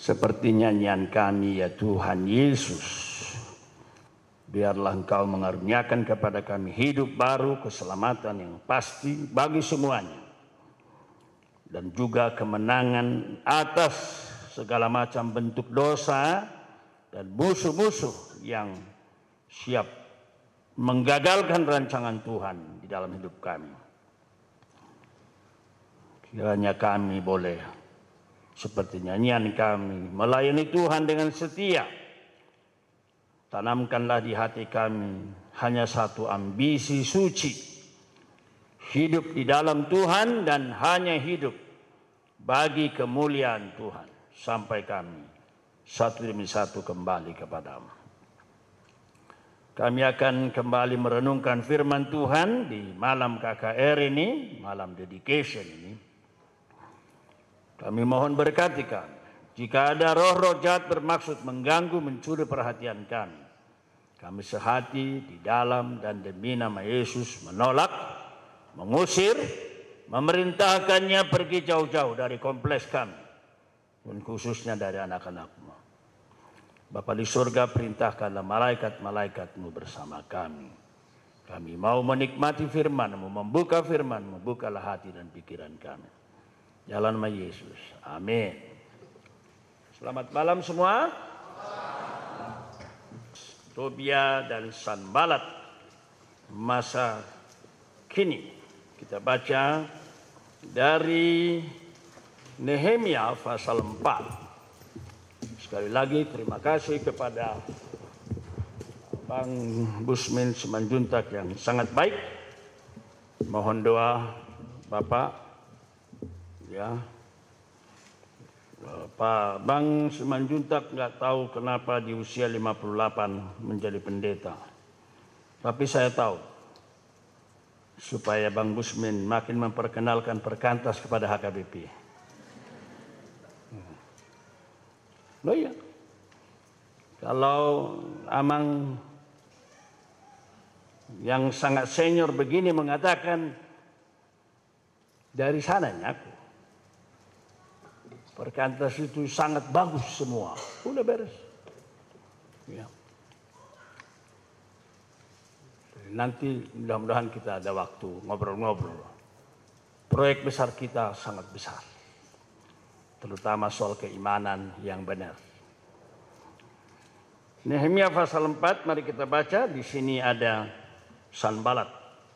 Seperti nyanyian kami, ya Tuhan Yesus, biarlah Engkau mengaruniakan kepada kami hidup baru, keselamatan yang pasti bagi semuanya, dan juga kemenangan atas segala macam bentuk dosa dan musuh-musuh yang siap menggagalkan rancangan Tuhan di dalam hidup kami. Kiranya kami boleh seperti nyanyian kami melayani Tuhan dengan setia. Tanamkanlah di hati kami hanya satu ambisi suci, hidup di dalam Tuhan dan hanya hidup bagi kemuliaan Tuhan sampai kami satu demi satu kembali kepadamu. Kami akan kembali merenungkan firman Tuhan di malam KKR ini, malam dedication ini. Kami mohon berkati kami. Jika ada roh-roh jahat bermaksud mengganggu, mencuri perhatian kami, kami sehati di dalam dan demi nama Yesus menolak, mengusir, memerintahkannya pergi jauh-jauh dari kompleks kami, dan khususnya dari anak-anak-Mu. Bapa di surga, perintahkanlah malaikat-malaikatmu bersama kami. Kami mau menikmati firman-Mu, membuka firman-Mu, bukalah hati dan pikiran kami. Jalan nama Yesus. Amin. Selamat malam semua. Tobia dan Sanbalat masa kini. Kita baca dari Nehemia pasal 4. Sekali lagi terima kasih kepada Bang Busmin Simanjuntak yang sangat baik. Mohon doa Bapak. Ya, Pak Bang Simanjuntak nggak tahu kenapa di usia 58 menjadi pendeta. Tapi saya tahu, supaya Bang Busmin makin memperkenalkan perkantas kepada HKBP. Loh ya, kalau Amang yang sangat senior begini mengatakan dari sananya aku. Perkantas itu sangat bagus semua. Udah beres. Ya. Nanti mudah-mudahan kita ada waktu ngobrol-ngobrol. Proyek besar kita sangat besar. Terutama soal keimanan yang benar. Nehemia pasal 4, mari kita baca. Di sini ada Sanbalat.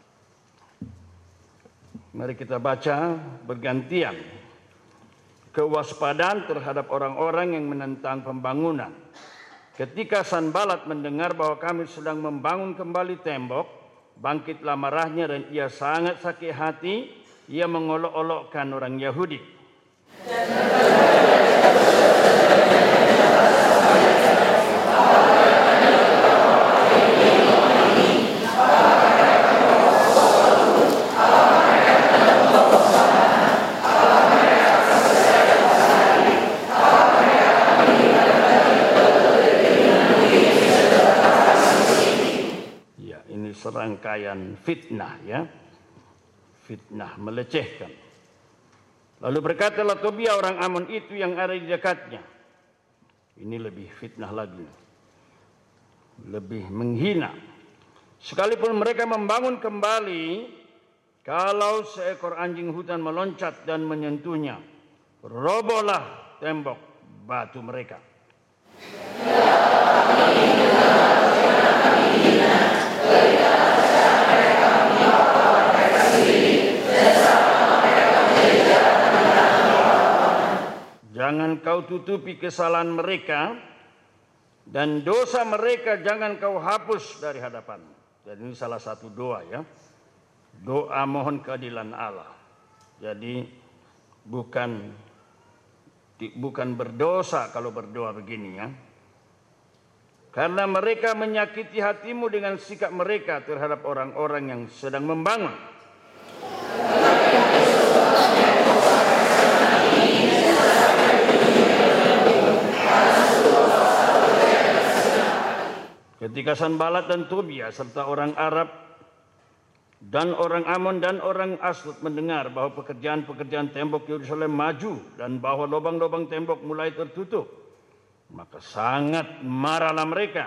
Mari kita baca bergantian. Kewaspadaan terhadap orang-orang yang menentang pembangunan. Ketika Sanbalat mendengar bahwa kami sedang membangun kembali tembok, bangkitlah marahnya dan ia sangat sakit hati. Ia mengolok-olokkan orang Yahudi. Serangkaian fitnah, ya, fitnah melecehkan. Lalu berkatalah Tobia orang Amon itu yang ada di dekatnya. Ini lebih fitnah lagi, lebih menghina. Sekalipun mereka membangun kembali, kalau seekor anjing hutan meloncat dan menyentuhnya, robohlah tembok batu mereka. Jangan kau tutupi kesalahan mereka dan dosa mereka jangan kau hapus dari hadapan. Dan ini salah satu doa, ya. Doa mohon keadilan Allah. Jadi bukan berdosa kalau berdoa begini, ya. Karena mereka menyakiti hatimu dengan sikap mereka terhadap orang-orang yang sedang membangun. Ketika Sanbalat dan Tobia serta orang Arab Dan orang Amon dan orang Asdod mendengar bahwa pekerjaan-pekerjaan tembok Yerusalem maju dan bahwa lubang-lubang tembok mulai tertutup, maka sangat marahlah mereka.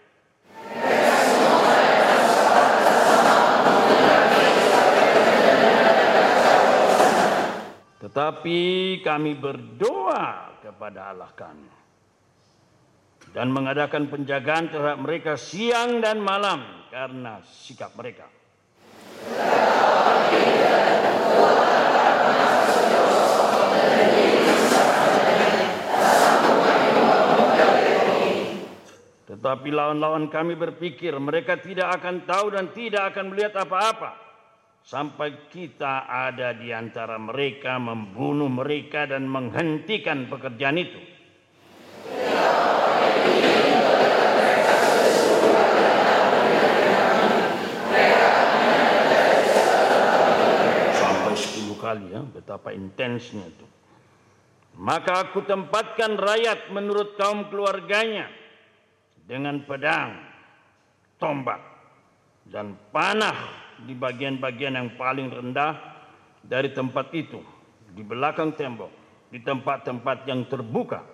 Tetapi kami berdoa kepada Allah kami dan mengadakan penjagaan terhadap mereka siang dan malam karena sikap mereka. Tetapi lawan-lawan kami berpikir mereka tidak akan tahu dan tidak akan melihat apa-apa sampai kita ada di antara mereka membunuh mereka dan menghentikan pekerjaan itu. Kali ya, betapa intensnya itu. Maka aku tempatkan rakyat menurut kaum keluarganya dengan pedang, tombak, dan panah di bagian-bagian yang paling rendah dari tempat itu, di belakang tembok, di tempat-tempat yang terbuka.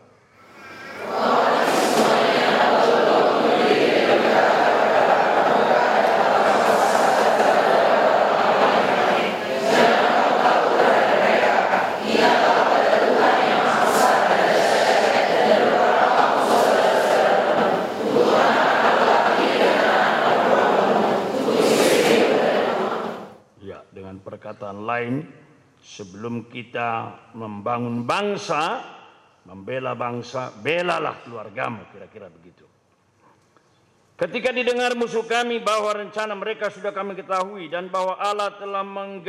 Perkataan lain, sebelum kita membangun bangsa, membela bangsa, belalah keluargamu, kira-kira begitu. Ketika didengar musuh kami bahwa rencana mereka sudah kami ketahui dan bahwa Allah telah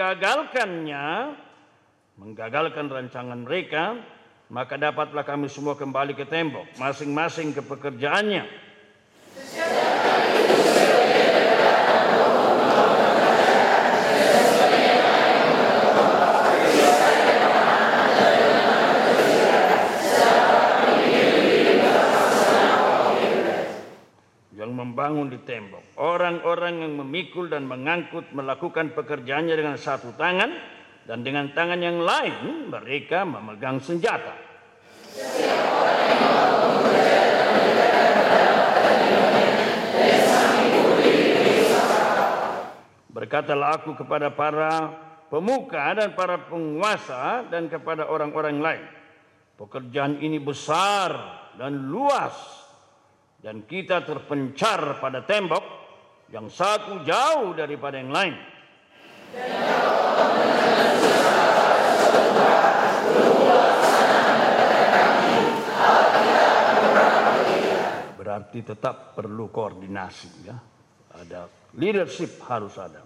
menggagalkan rancangan mereka, maka dapatlah kami semua kembali ke tembok, masing-masing ke pekerjaannya. Membangun di tembok. Orang-orang yang memikul dan mengangkut melakukan pekerjaannya dengan satu tangan dan dengan tangan yang lain mereka memegang senjata. Berkatalah aku kepada para pemuka dan para penguasa dan kepada orang-orang lain, pekerjaan ini besar dan luas, dan kita terpencar pada tembok yang satu jauh daripada yang lain. Berarti tetap perlu koordinasi ya. Ada leadership harus ada.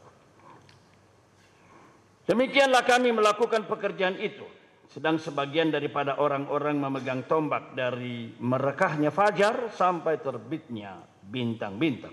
Demikianlah kami melakukan pekerjaan itu. Sedang sebagian daripada orang-orang memegang tombak dari merekahnya fajar sampai terbitnya bintang-bintang.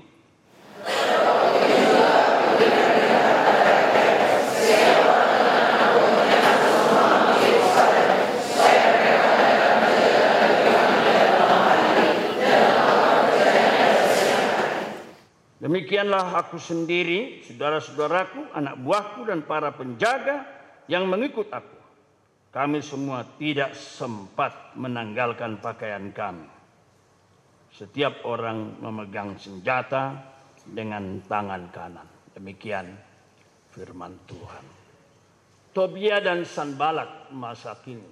Demikianlah aku sendiri, saudara-saudaraku, anak buahku dan para penjaga yang mengikut aku. Kami semua tidak sempat menanggalkan pakaian kami. Setiap orang memegang senjata dengan tangan kanan. Demikian firman Tuhan. Tobia dan Sanbalat masa kini.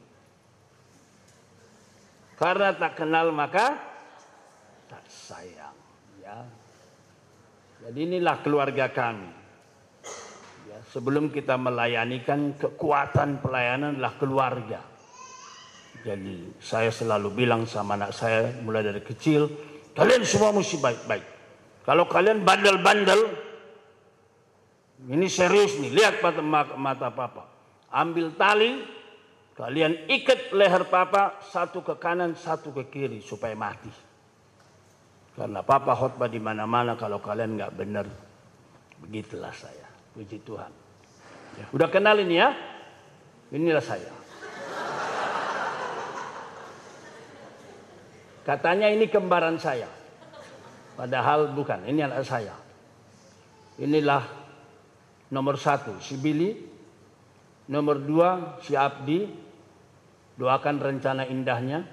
Karena tak kenal maka tak sayang. Ya. Jadi inilah keluarga kami. Sebelum kita melayani kan kekuatan pelayanan adalah keluarga. Jadi saya selalu bilang sama anak saya mulai dari kecil, kalian semua mesti baik-baik. Kalau kalian bandel-bandel, ini serius nih, lihat mata papa. Ambil tali, kalian ikat leher papa, satu ke kanan, satu ke kiri supaya mati. Karena papa khotbah di mana-mana kalau kalian nggak benar, begitulah saya. Puji Tuhan. Ya, udah kenal ini ya? Inilah saya. Katanya ini kembaran saya. Padahal bukan, ini anak saya. Inilah Nomor 1 si Billy, nomor 2 si Abdi, doakan rencana indahnya.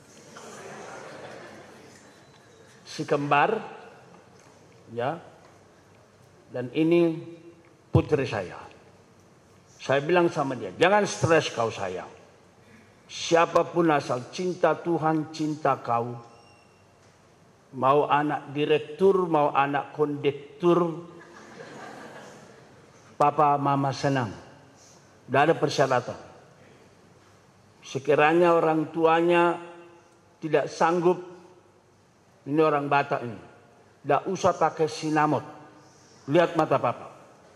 Si kembar, ya, dan ini putri saya. Saya bilang sama dia, jangan stres kau sayang. Siapapun asal cinta Tuhan, cinta kau. Mau anak direktur, mau anak kondektur, papa mama senang. Tidak ada persyaratan. Sekiranya orang tuanya tidak sanggup, ini orang Batak ini, tidak usah pakai sinamot. Lihat mata papa.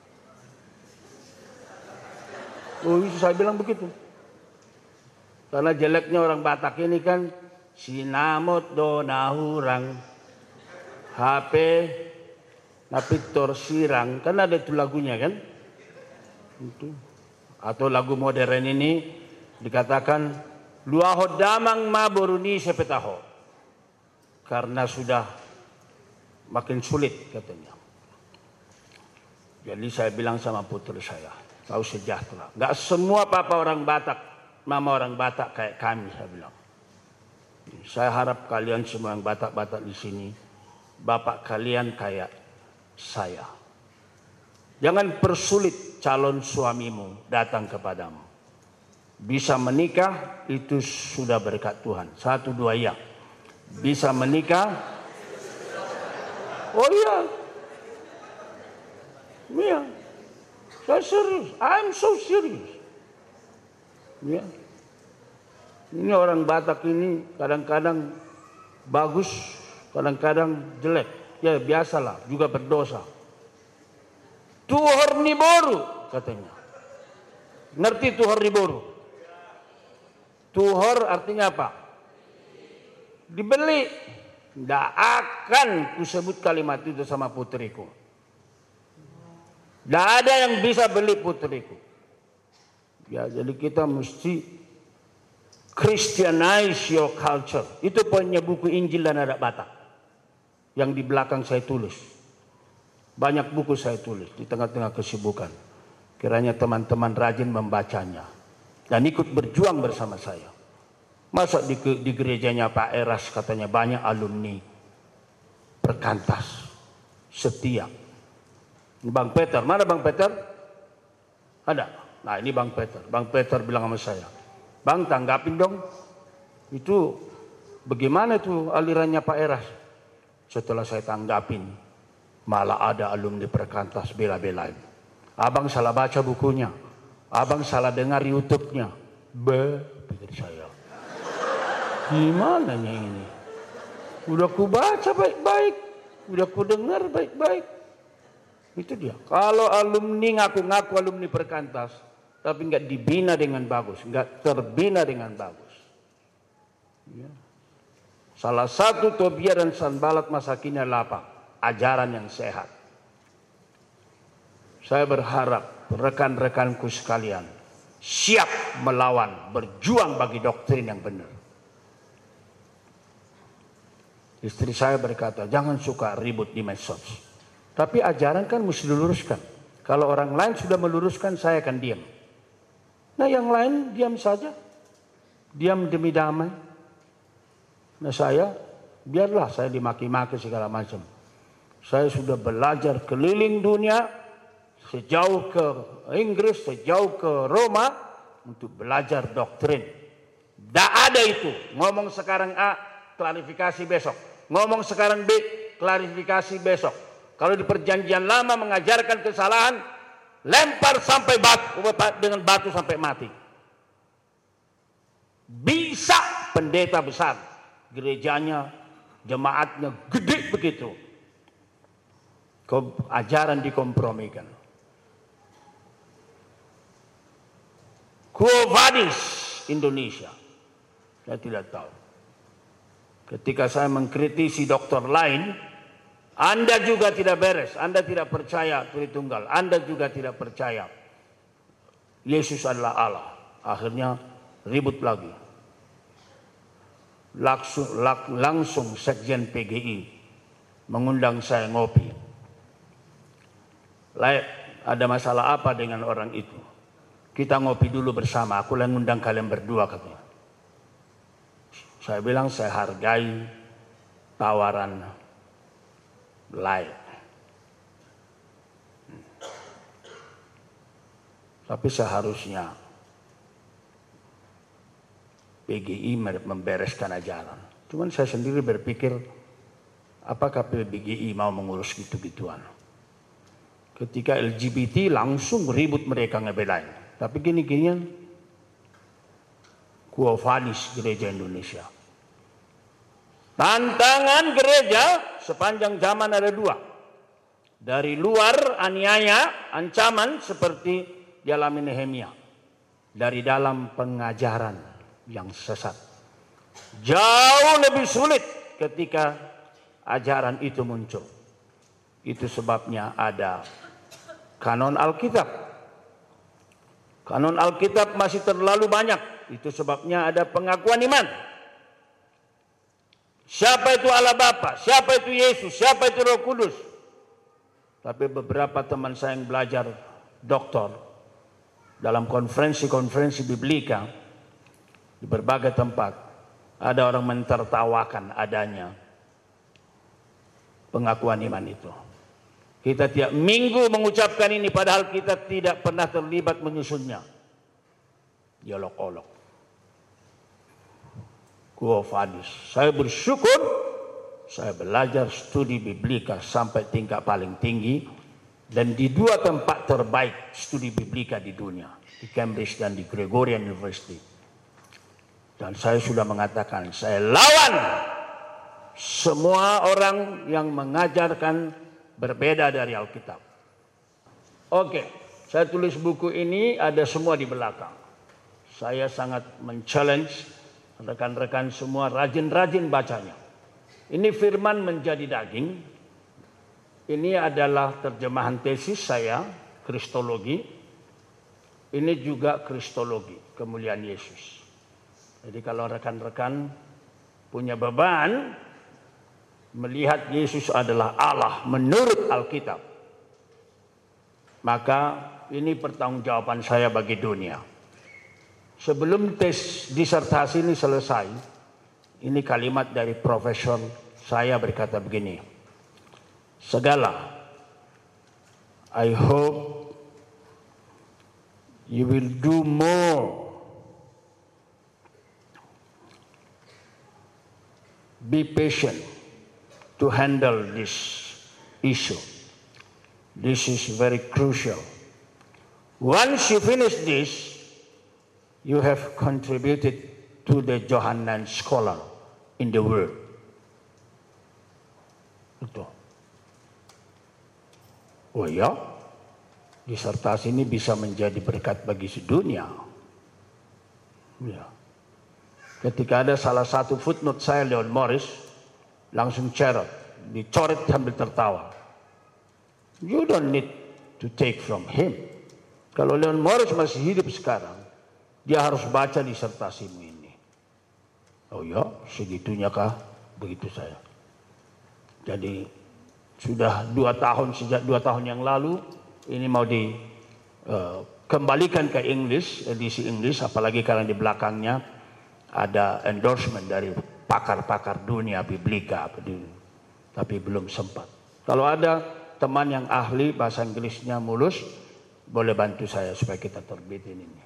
Oh, itu saya bilang begitu. Karena jeleknya orang Batak ini kan sinamot dona hurang, HP napitor sirang, kan ada itu lagunya kan? Itu. Atau lagu modern ini dikatakan luaho damang maboruni sepetaho, karena sudah makin sulit katanya. Jadi saya bilang sama putri saya, kau sejahtera. Gak semua papa orang Batak, mama orang Batak kayak kami, saya bilang. Saya harap kalian semua yang Batak-Batak di sini, bapak kalian kayak saya. Jangan persulit calon suamimu datang kepadamu. Bisa menikah itu sudah berkat Tuhan. 1, 2 ya. Bisa menikah. Oh iya. Iya. Saya serius. I'm so serious. Ya. Ini orang Batak ini kadang-kadang bagus, kadang-kadang jelek. Ya biasalah, juga berdosa. Tuhor niboru katanya. Ngerti tuhor niboru? Tuhor artinya apa? Dibeli. Tidak akan kusebut kalimat itu sama putriku. Tidak ada yang bisa beli putriku. Ya, jadi kita mesti Christianize your culture. Itu poinnya buku Injil dan Adat Batak yang di belakang saya tulis. Banyak buku saya tulis di tengah-tengah kesibukan. Kiranya teman-teman rajin membacanya dan ikut berjuang bersama saya. Masa di gerejanya Pak Eras katanya banyak alumni perkantas setia. Bang Peter, mana Bang Peter? Ada. Nah ini Bang Peter. Bang Peter bilang sama saya, Bang tanggapin dong. Itu bagaimana itu alirannya Pak Eras? Setelah saya tanggapin, malah ada alumni perkantas bela-belain. Abang salah baca bukunya. Abang salah dengar YouTube-nya. Pikir saya. Gimana ini? Udah ku baca baik-baik. Udah ku dengar baik-baik. Itu dia. Kalau alumni ngaku-ngaku alumni perkantas, tapi nggak dibina dengan bagus, nggak terbina dengan bagus. Ya. Salah satu Tobia dan Sanbalat masa kini adalah apa? Ajaran yang sehat. Saya berharap rekan-rekanku sekalian siap melawan, berjuang bagi doktrin yang benar. Istri saya berkata, jangan suka ribut di medsos. Tapi ajaran kan mesti diluruskan. Kalau orang lain sudah meluruskan, saya akan diam. Nah yang lain diam saja. Diam demi damai. Nah saya, biarlah saya dimaki-maki segala macam. Saya sudah belajar keliling dunia, sejauh ke Inggris, sejauh ke Roma, untuk belajar doktrin. Tidak ada itu. Ngomong sekarang A, klarifikasi besok. Ngomong sekarang B, klarifikasi besok. Kalau di perjanjian lama mengajarkan kesalahan, lempar sampai dengan batu sampai mati. Bisa pendeta besar, gerejanya, jemaatnya gede begitu. Ajaran dikompromikan. Quo vadis Indonesia? Saya tidak tahu. Ketika saya mengkritisi dokter lain, Anda juga tidak beres. Anda tidak percaya Tritunggal. Anda juga tidak percaya Yesus adalah Allah. Akhirnya ribut lagi. Langsung Sekjen PGI mengundang saya ngopi. ada masalah apa dengan orang itu? Kita ngopi dulu bersama, aku yang ngundang kalian berdua katanya. Saya bilang saya hargai tawaran lain. Tapi seharusnya PGI membereskan ajaran. Cuman saya sendiri berpikir, apakah PGI mau mengurus gitu-gituan? Ketika LGBT langsung ribut mereka ngebelain. Tapi gini-ginian, Quo Vadis Gereja Indonesia. Tantangan gereja sepanjang zaman ada dua. Dari luar aniaya, ancaman seperti dialami Nehemia. Dari dalam pengajaran yang sesat. Jauh lebih sulit ketika ajaran itu muncul. Itu sebabnya ada kanon Alkitab. Kanon Alkitab masih terlalu banyak. Itu sebabnya ada pengakuan iman. Siapa itu Allah Bapa? Siapa itu Yesus? Siapa itu Roh Kudus? Tapi beberapa teman saya yang belajar doktor dalam konferensi-konferensi biblika di berbagai tempat, ada orang mentertawakan adanya pengakuan iman itu. Kita tiap minggu mengucapkan ini padahal kita tidak pernah terlibat menyusunnya. Diolok-olok. Quo Vadis. Saya bersyukur saya belajar studi biblika sampai tingkat paling tinggi dan di dua tempat terbaik studi biblika di dunia, di Cambridge dan di Gregorian University. Dan saya sudah mengatakan saya lawan semua orang yang mengajarkan berbeda dari Alkitab. Oke, saya tulis buku ini ada semua di belakang. Saya sangat men-challenge rekan-rekan semua rajin-rajin bacanya. Ini firman menjadi daging. Ini adalah terjemahan tesis saya, Kristologi. Ini juga Kristologi, kemuliaan Yesus. Jadi kalau rekan-rekan punya beban melihat Yesus adalah Allah menurut Alkitab, maka ini pertanggungjawaban saya bagi dunia. Sebelum tes disertasi ini selesai, ini kalimat dari profesor saya berkata begini, segala, I hope you will do more. Be patient to handle this issue. This is very crucial. Once you finish this, you have contributed to the Johannine scholar in the world. Itu. Oh ya, disertasi ini bisa menjadi berkat bagi sedunia. Ya. Ketika ada salah satu footnote saya, Leon Morris, langsung dicoret sambil tertawa. You don't need to take from him. Kalau Leon Morris masih hidup sekarang, dia harus baca disertasimu ini. Oh ya, segitunya kah? Begitu saya. Jadi sudah 2 tahun, sejak 2 tahun yang lalu, ini mau dikembalikan ke English, edisi English, apalagi karena di belakangnya ada endorsement dari pakar-pakar dunia biblika, tapi belum sempat. Kalau ada teman yang ahli bahasa Inggrisnya mulus, boleh bantu saya supaya kita terbitin ini.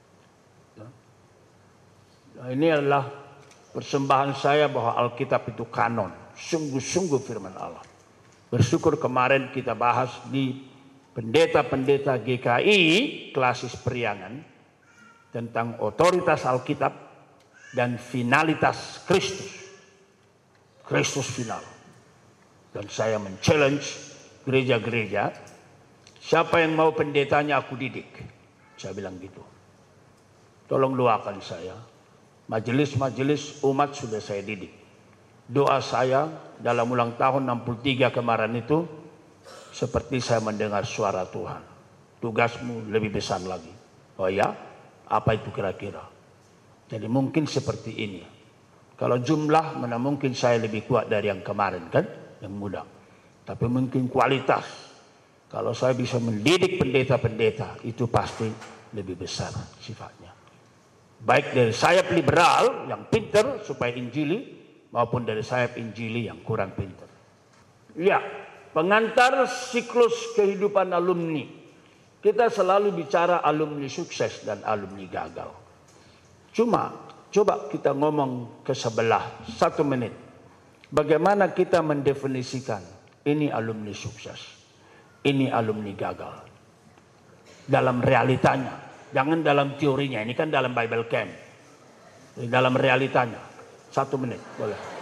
Nah, ini adalah persembahan saya bahwa Alkitab itu kanon, sungguh-sungguh firman Allah. Bersyukur kemarin kita bahas di pendeta-pendeta GKI Klasis Priangan tentang otoritas Alkitab dan finalitas Kristus. Kristus final. Dan saya men-challenge gereja-gereja, siapa yang mau pendetanya aku didik. Saya bilang gitu. Tolong doakan saya. Majelis-majelis umat sudah saya didik. Doa saya dalam ulang tahun 63 kemarin itu, seperti saya mendengar suara Tuhan. Tugasmu lebih besar lagi. Oh ya? Apa itu kira-kira? Jadi mungkin seperti ini. Kalau jumlah mana mungkin saya lebih kuat dari yang kemarin kan, yang muda. Tapi mungkin kualitas Kalau saya bisa mendidik pendeta-pendeta, itu pasti lebih besar sifatnya. Baik dari sayap liberal yang pinter supaya injili, maupun dari sayap injili yang kurang pinter. Ya, pengantar siklus kehidupan alumni. Kita selalu bicara alumni sukses dan alumni gagal. Cuma, coba kita ngomong ke sebelah, 1 menit. Bagaimana kita mendefinisikan ini alumni sukses, ini alumni gagal. Dalam realitanya, jangan dalam teorinya, ini kan dalam Bible Camp. Dalam realitanya, 1 menit, boleh.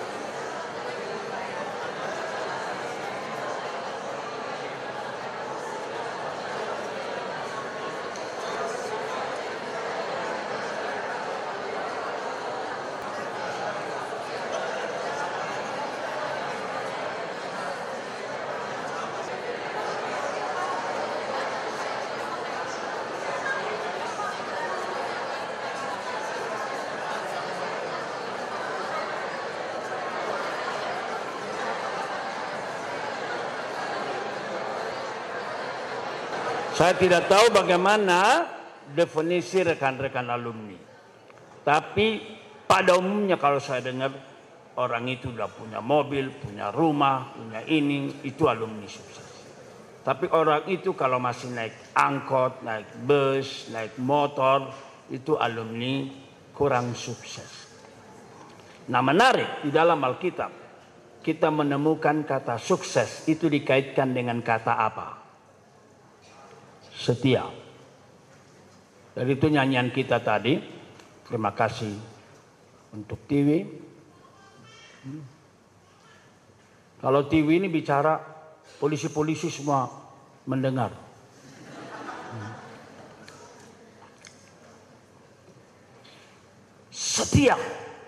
Saya tidak tahu bagaimana definisi rekan-rekan alumni. Tapi pada umumnya kalau saya dengar orang itu sudah punya mobil, punya rumah, punya ini, itu alumni sukses. Tapi orang itu kalau masih naik angkot, naik bus, naik motor, itu alumni kurang sukses. Nah, menarik di dalam Alkitab, kita menemukan kata sukses itu dikaitkan dengan kata apa? Setia. Dari itu nyanyian kita tadi. Terima kasih untuk TV. Kalau TV ini bicara, polisi-polisi semua mendengar. Setia.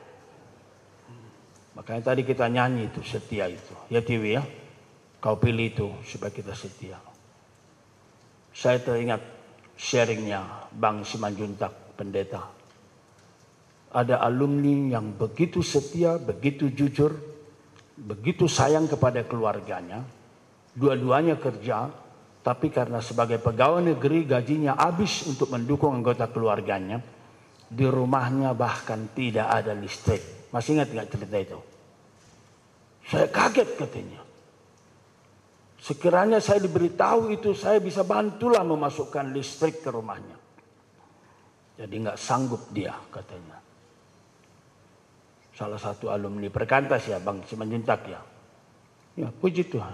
Makanya tadi kita nyanyi itu, setia itu. Ya TV ya, kau pilih itu supaya kita setia. Saya teringat sharingnya Bang Simanjuntak, pendeta. Ada alumni yang begitu setia, begitu jujur, begitu sayang kepada keluarganya. Dua-duanya kerja, tapi karena sebagai pegawai negeri gajinya habis untuk mendukung anggota keluarganya. Di rumahnya bahkan tidak ada listrik. Masih ingat nggak cerita itu? Saya kaget katanya. Sekiranya saya diberitahu itu, saya bisa bantulah memasukkan listrik ke rumahnya. Jadi nggak sanggup dia katanya. Salah satu alumni Perkantas ya, Bang Simanjuntak ya. Ya, puji Tuhan.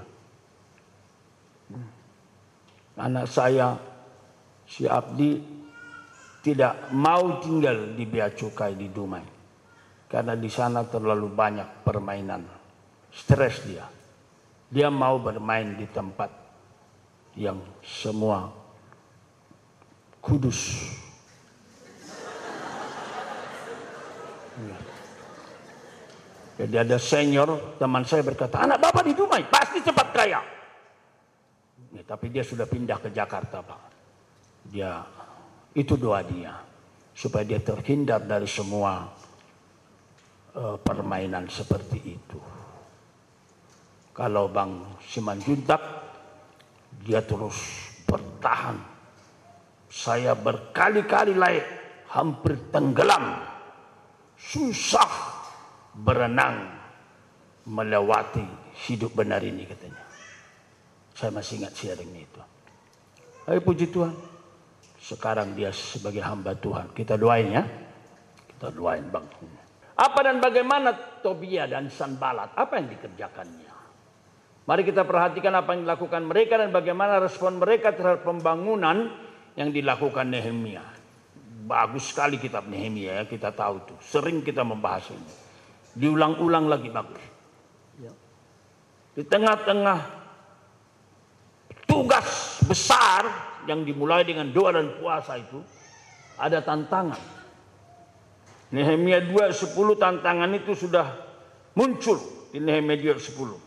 Anak saya, si Abdi, tidak mau tinggal di Bea Cukai di Dumai. Karena di sana terlalu banyak permainan. Stres dia. Dia mau bermain di tempat yang semua kudus. Jadi ada senior teman saya berkata, anak bapak di Dumai pasti cepat kaya. Ya, tapi dia sudah pindah ke Jakarta, Pak. Dia itu doa dia supaya dia terhindar dari semua permainan seperti itu. Kalau Bang Simanjuntak, dia terus bertahan. Saya berkali-kali hampir tenggelam. Susah berenang melewati hidup benar ini katanya. Saya masih ingat sharing itu. Tapi puji Tuhan, sekarang dia sebagai hamba Tuhan. Kita doain ya. Kita doain Bang. Apa dan bagaimana Tobia dan Sanbalat? Apa yang dikerjakannya? Mari kita perhatikan apa yang dilakukan mereka dan bagaimana respon mereka terhadap pembangunan yang dilakukan Nehemia. Bagus sekali kitab Nehemia ya, kita tahu tuh. Sering kita membahas ini. Diulang-ulang lagi bagus. Di tengah-tengah tugas besar yang dimulai dengan doa dan puasa itu, ada tantangan. Nehemia 2:10 tantangan itu sudah muncul di Nehemia 2:10.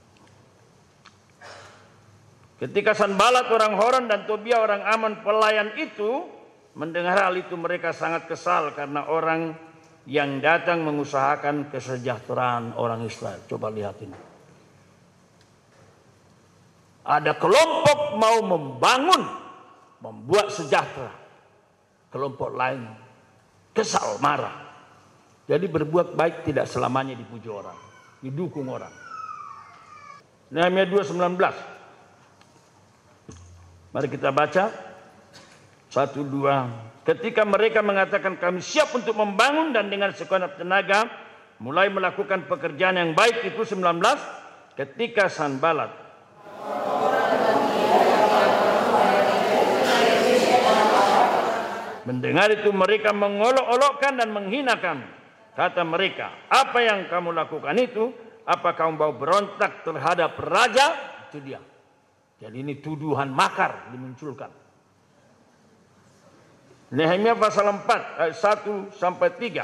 Ketika Sanbalat orang Horon dan Tobia orang Ammon pelayan itu mendengar hal itu, mereka sangat kesal karena orang yang datang mengusahakan kesejahteraan orang Israel. Coba lihat ini. Ada kelompok mau membangun, membuat sejahtera. Kelompok lain kesal, marah. Jadi berbuat baik tidak selamanya dipuji orang, didukung orang. Nehemia 2:19. Mari kita baca. 1, 2. Ketika mereka mengatakan kami siap untuk membangun dan dengan segenap tenaga mulai melakukan pekerjaan yang baik itu 19. Ketika Sanbalat mendengar itu mereka mengolok-olokkan dan menghina kami. Kata mereka, apa yang kamu lakukan itu? Apa kamu mau berontak terhadap raja? Itu dia. Jadi ini tuduhan makar dimunculkan. Nehemia pasal 4 ayat 1 sampai 3.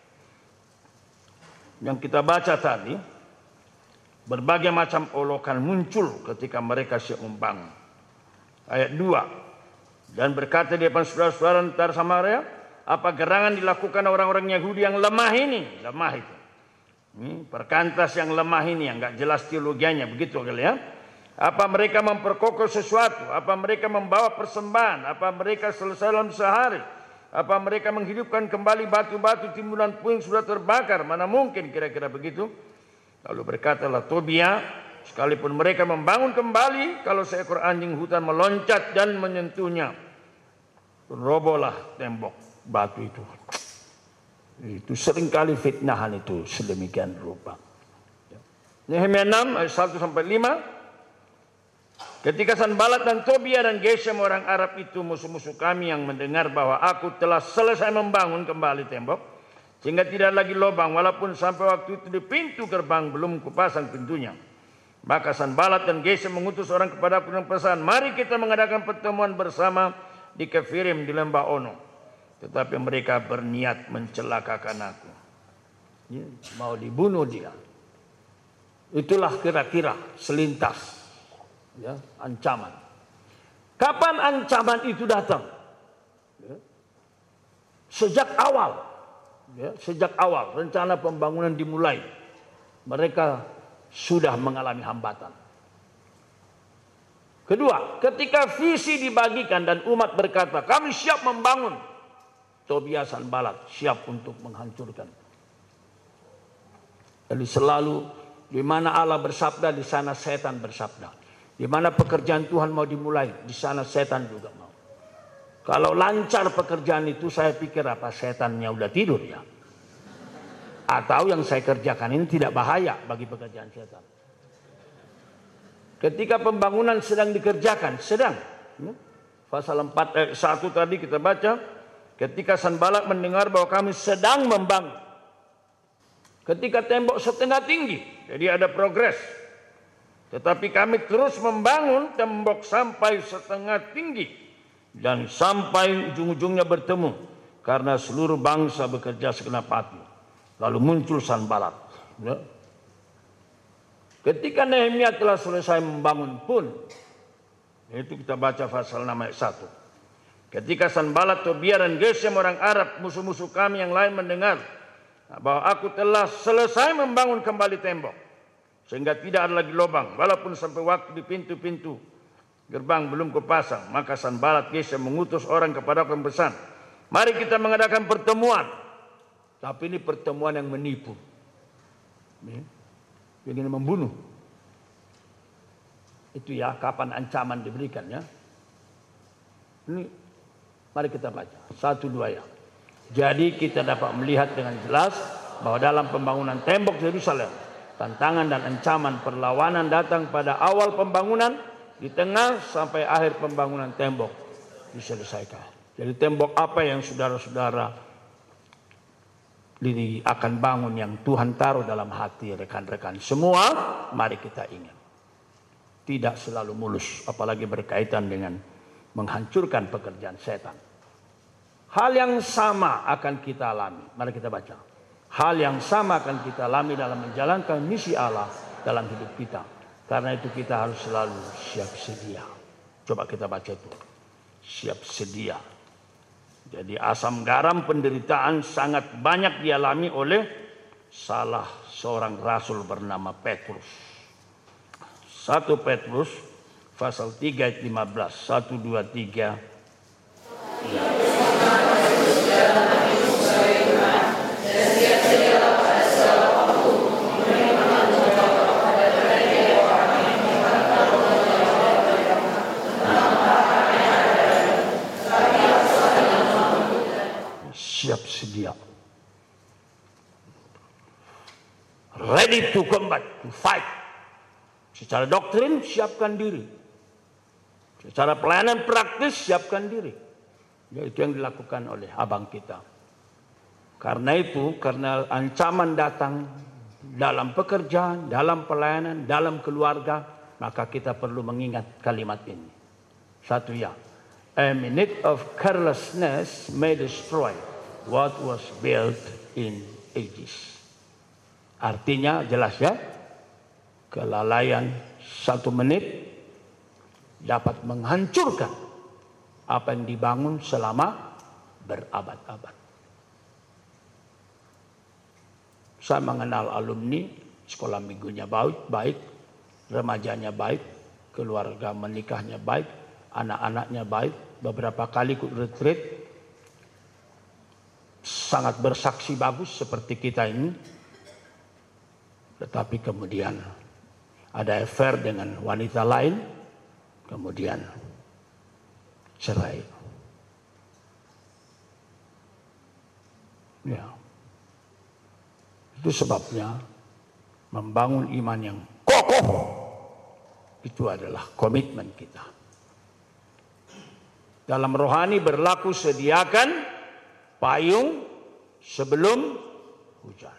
Yang kita baca tadi, berbagai macam olokan muncul ketika mereka siap membangun. Ayat 2. Dan berkata di depan saudara-saudara ntar Samaria, apa gerangan dilakukan orang-orang Yahudi yang lemah ini? Lemah itu. Perkantas yang lemah ini, yang enggak jelas teologianya, begitu kali ya. Apa mereka memperkokoh sesuatu? Apa mereka membawa persembahan? Apa mereka selesai dalam sehari? Apa mereka menghidupkan kembali batu-batu timbunan puing sudah terbakar? Mana mungkin kira-kira begitu? Lalu berkatalah Tobia, sekalipun mereka membangun kembali, kalau seekor anjing hutan meloncat dan menyentuhnya, robohlah tembok batu itu. Itu seringkali fitnahan itu sedemikian rupa. Nehemia 6 ayat 1 sampai 5. Ketika Sanbalat dan Tobia dan Gesem orang Arab itu musuh-musuh kami yang mendengar bahwa aku telah selesai membangun kembali tembok sehingga tidak lagi lubang walaupun sampai waktu itu di pintu gerbang belum kupasang pintunya. Maka Sanbalat dan Gesem mengutus orang kepada aku dengan pesan, mari kita mengadakan pertemuan bersama di Kefirim di lembah Ono. Tetapi mereka berniat mencelakakan aku. Mau dibunuh dia. Itulah kira-kira selintas ancaman. Kapan ancaman itu datang? Sejak awal. Sejak awal rencana pembangunan dimulai. Mereka sudah mengalami hambatan. Kedua, ketika visi dibagikan dan umat berkata, kami siap membangun. Tobia Sanbalat siap untuk menghancurkan. Jadi selalu di mana Allah bersabda, di sana setan bersabda. Di mana pekerjaan Tuhan mau dimulai, di sana setan juga mau. Kalau lancar pekerjaan itu, saya pikir apa setannya udah tidur ya? Atau yang saya kerjakan ini tidak bahaya bagi pekerjaan setan. Ketika pembangunan sedang dikerjakan, pasal 4 ayat 1 tadi kita baca, ketika Sanbalat mendengar bahwa kami sedang membangun. Ketika tembok setengah tinggi, jadi ada progres. Tetapi kami terus membangun tembok sampai setengah tinggi. Dan sampai ujung-ujungnya bertemu. Karena seluruh bangsa bekerja segenap hati. Lalu muncul Sanbalat. Ketika Nehemia telah selesai membangun pun, itu kita baca pasal 6 ayat 1. Ketika Sanbalat, Tobia dan Gesem orang Arab, musuh-musuh kami yang lain mendengar bahwa aku telah selesai membangun kembali tembok, sehingga tidak ada lagi lubang, walaupun sampai waktu di pintu-pintu gerbang belum kupasang, maka Sanbalat Gesem mengutus orang kepada aku pesan, mari kita mengadakan pertemuan. Tapi ini pertemuan yang menipu. Ingin membunuh. Itu ya kapan ancaman diberikan ya. Ini mari kita baca 1, 2 ya. Jadi kita dapat melihat dengan jelas bahwa dalam pembangunan tembok Yerusalem, tantangan dan ancaman perlawanan datang pada awal pembangunan, di tengah sampai akhir pembangunan tembok diselesaikan. Jadi tembok apa yang saudara-saudara ini akan bangun yang Tuhan taruh dalam hati rekan-rekan semua, mari kita ingat. Tidak selalu mulus, apalagi berkaitan dengan menghancurkan pekerjaan setan. Hal yang sama akan kita alami. Mari kita baca. Hal yang sama akan kita alami dalam menjalankan misi Allah dalam hidup kita. Karena itu kita harus selalu siap sedia. Coba kita baca itu. Siap sedia. Jadi asam garam penderitaan sangat banyak dialami oleh salah seorang rasul bernama Petrus. 1 Petrus pasal 3 ayat 15. 1, 2, 3. Siap sedia. Ready to combat, to fight. Secara doktrin, siapkan diri. Secara pelayanan praktis, siapkan diri. Itu yang dilakukan oleh abang kita. Karena itu, karena ancaman datang dalam pekerjaan, dalam pelayanan, dalam keluarga, maka kita perlu mengingat kalimat ini. Satu ya, a minute of carelessness may destroy what was built in ages. Artinya jelas ya, kelalaian 1 menit dapat menghancurkan apa yang dibangun selama berabad-abad. Saya mengenal alumni, sekolah minggunya baik, remajanya baik, keluarga menikahnya baik, anak-anaknya baik, beberapa kali ikut retreat, sangat bersaksi bagus seperti kita ini. Tetapi kemudian ada affair dengan wanita lain, kemudian cerai. Ya. Itu sebabnya membangun iman yang kokoh itu adalah komitmen kita. Dalam rohani berlaku sediakan payung sebelum hujan.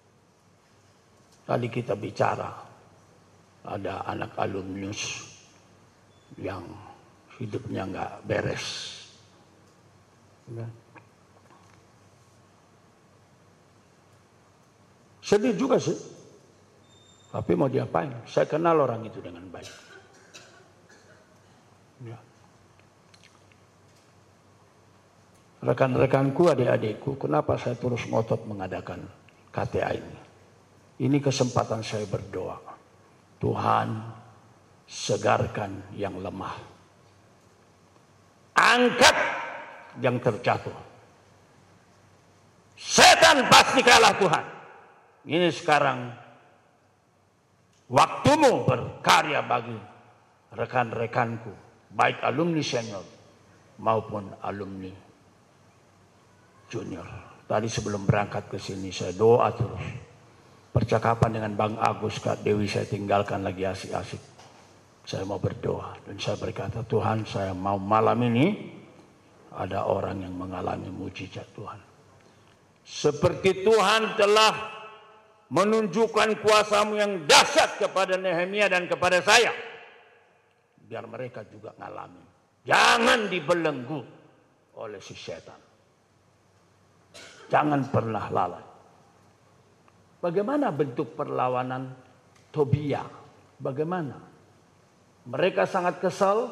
Tadi kita bicara, ada anak alumnus yang hidupnya nggak beres. Sedih juga sih. Tapi mau diapain? Saya kenal orang itu dengan baik. Ya. Rekan-rekanku, adik-adikku, kenapa saya terus ngotot mengadakan KTA ini? Ini kesempatan saya berdoa. Tuhan, segarkan yang lemah. Angkat yang terjatuh. Setan pasti kalah Tuhan. Ini sekarang waktumu berkarya bagi rekan-rekanku, baik alumni senior maupun alumni junior. Tadi sebelum berangkat ke sini saya doa terus. Percakapan dengan Bang Agus, Kak Dewi saya tinggalkan lagi asik-asik. Saya mau berdoa dan saya berkata, Tuhan, saya mau malam ini ada orang yang mengalami mujizat Tuhan. Seperti Tuhan telah menunjukkan kuasa-Mu yang dahsyat kepada Nehemia dan kepada saya. Biar mereka juga ngalamin. Jangan dibelenggu oleh si setan. Jangan pernah lalai. Bagaimana bentuk perlawanan Tobia? Bagaimana? Mereka sangat kesal.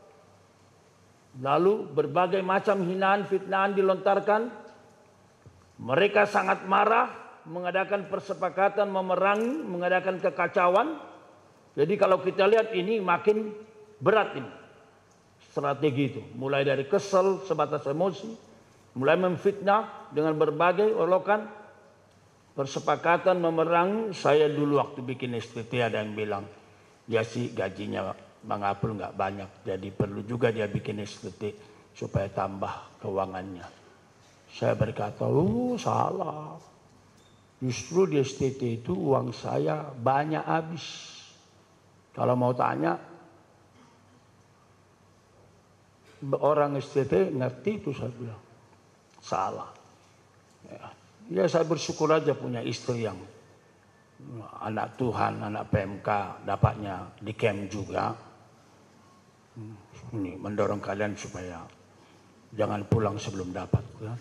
Lalu berbagai macam hinaan, fitnaan dilontarkan. Mereka sangat marah, mengadakan persepakatan memerangi, mengadakan kekacauan. Jadi kalau kita lihat ini makin berat ini. Strategi itu. Mulai dari kesal, sebatas emosi. Mulai memfitnah dengan berbagai olokan. Persepakatan memerangi. Saya dulu waktu bikin STT ada yang bilang, ya sih gajinya Bang Apul nggak banyak, jadi perlu juga dia bikin STT supaya tambah keuangannya. Saya berkata, salah. Justru di STT itu uang saya banyak habis. Kalau mau tanya, orang STT ngerti itu, saya bilang. Salah. Ya saya bersyukur aja punya istri yang anak Tuhan, anak PMK, dapatnya di camp juga. Ini mendorong kalian supaya jangan pulang sebelum dapat. Ya.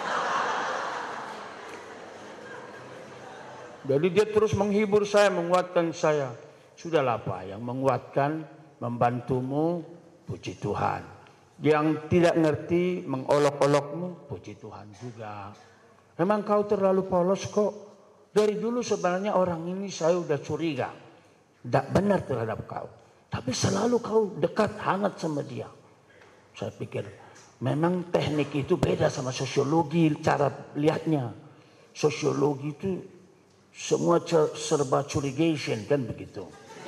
Jadi dia terus menghibur saya, menguatkan saya. Sudahlah Pak, yang menguatkan, membantumu, puji Tuhan. Yang tidak ngerti, mengolok-olokmu, puji Tuhan juga. Memang kau terlalu polos kok. Dari dulu sebenarnya orang ini saya udah curiga. Tidak benar terhadap kau. Tapi selalu kau dekat, hangat sama dia. Saya pikir, memang teknik itu beda sama sosiologi, cara lihatnya. Sosiologi itu semua serba curigation, kan begitu.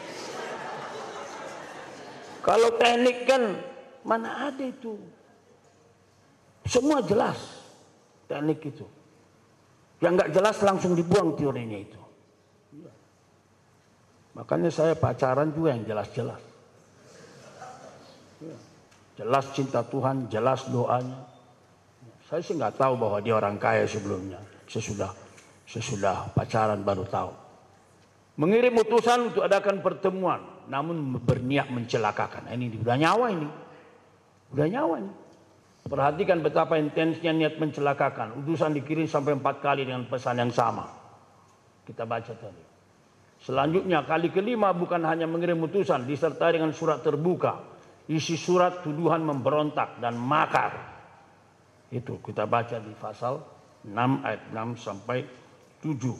Kalau teknik kan, mana ada itu. Semua jelas, teknik itu. Yang nggak jelas langsung dibuang teorinya itu. Makanya saya pacaran juga yang jelas-jelas. Jelas cinta Tuhan, jelas doanya. Saya sih nggak tahu bahwa dia orang kaya sebelumnya. Sesudah pacaran baru tahu. Mengirim utusan untuk adakan pertemuan, namun berniat mencelakakan. Ini udah nyawa ini. Udah nyawa ini. Perhatikan betapa intensnya niat mencelakakan. Utusan dikirim sampai 4 kali dengan pesan yang sama. Kita baca tadi. Selanjutnya kali kelima bukan hanya mengirim utusan, disertai dengan surat terbuka. Isi surat tuduhan memberontak dan makar. Itu kita baca di pasal 6 ayat 6 sampai 7.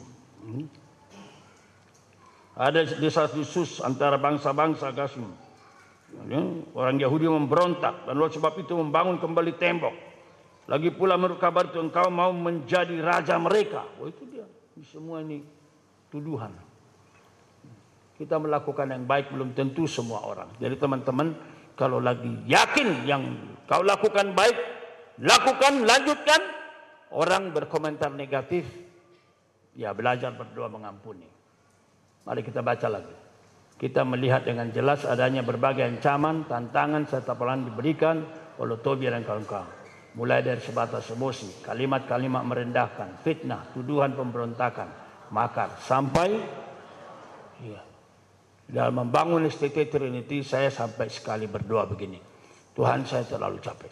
Ada desas-desus antara bangsa-bangsa Gasim. Orang Yahudi memberontak dan oleh sebab itu membangun kembali tembok. Lagi pula menurut kabar itu engkau mau menjadi raja mereka. Oh itu dia. Semua ini tuduhan. Kita melakukan yang baik belum tentu semua orang. Jadi teman-teman, kalau lagi yakin yang kau lakukan baik, lakukan, lanjutkan. Orang berkomentar negatif, ya belajar berdoa mengampuni. Mari kita baca lagi. Kita melihat dengan jelas adanya berbagai ancaman, tantangan, serta pelan diberikan oleh Tobia dan kawan-kawan. Mulai dari sebatas emosi, kalimat-kalimat merendahkan, fitnah, tuduhan pemberontakan, makar, sampai dalam membangun STT Trinity saya sampai sekali berdoa begini. Tuhan, saya terlalu capek.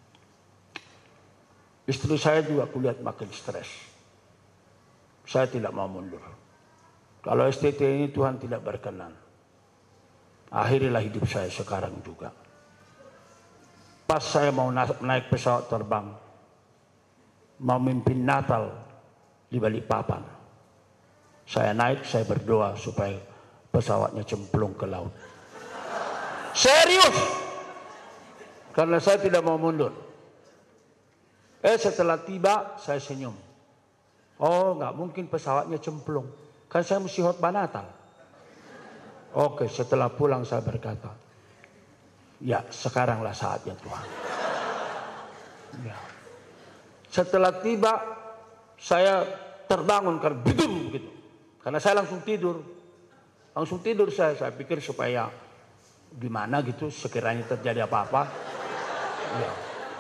Istri saya juga kulihat makin stres. Saya tidak mau mundur. Kalau STT ini Tuhan tidak berkenan, akhirilah hidup saya sekarang juga. Pas saya mau naik pesawat terbang, mau mimpin Natal di Balikpapan, saya naik, saya berdoa supaya pesawatnya cemplung ke laut. Serius. Karena saya tidak mau mundur. Setelah tiba saya senyum. Oh, nggak mungkin pesawatnya cemplung. Kan saya mesti khotbah Natal. Oke, setelah pulang saya berkata, ya sekaranglah saatnya Tuhan. Ya. Setelah tiba saya terbangun karena begitu. Karena saya langsung tidur. Saya pikir supaya gimana gitu sekiranya terjadi apa-apa. Ya.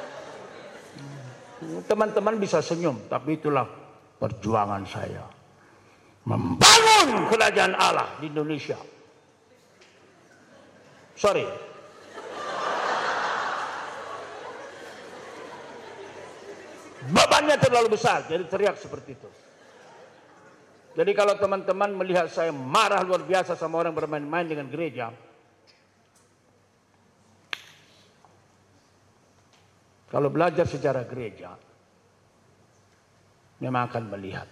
Teman-teman bisa senyum, tapi itulah perjuangan saya. Membangun kerajaan Allah di Indonesia. Sorry. Bebannya terlalu besar, jadi teriak seperti itu. Jadi kalau teman-teman melihat saya marah luar biasa sama orang bermain-main dengan gereja, kalau belajar sejarah gereja, memang akan melihat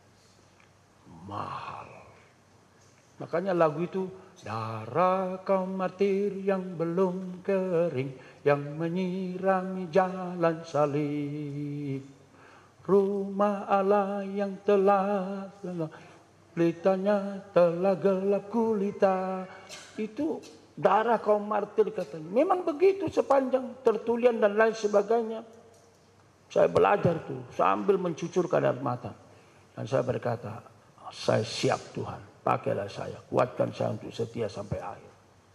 mahal. Makanya lagu itu, darah kaum martir yang belum kering, yang menyirami jalan salib. Rumah Allah yang telah pelitanya telah gelap gulita. Itu darah kaum martir katanya. Memang begitu sepanjang tertulian dan lain sebagainya. Saya belajar tuh sambil mencucurkan air mata. Dan saya berkata, saya siap Tuhan. Pakailah saya, kuatkan saya untuk setia sampai akhir.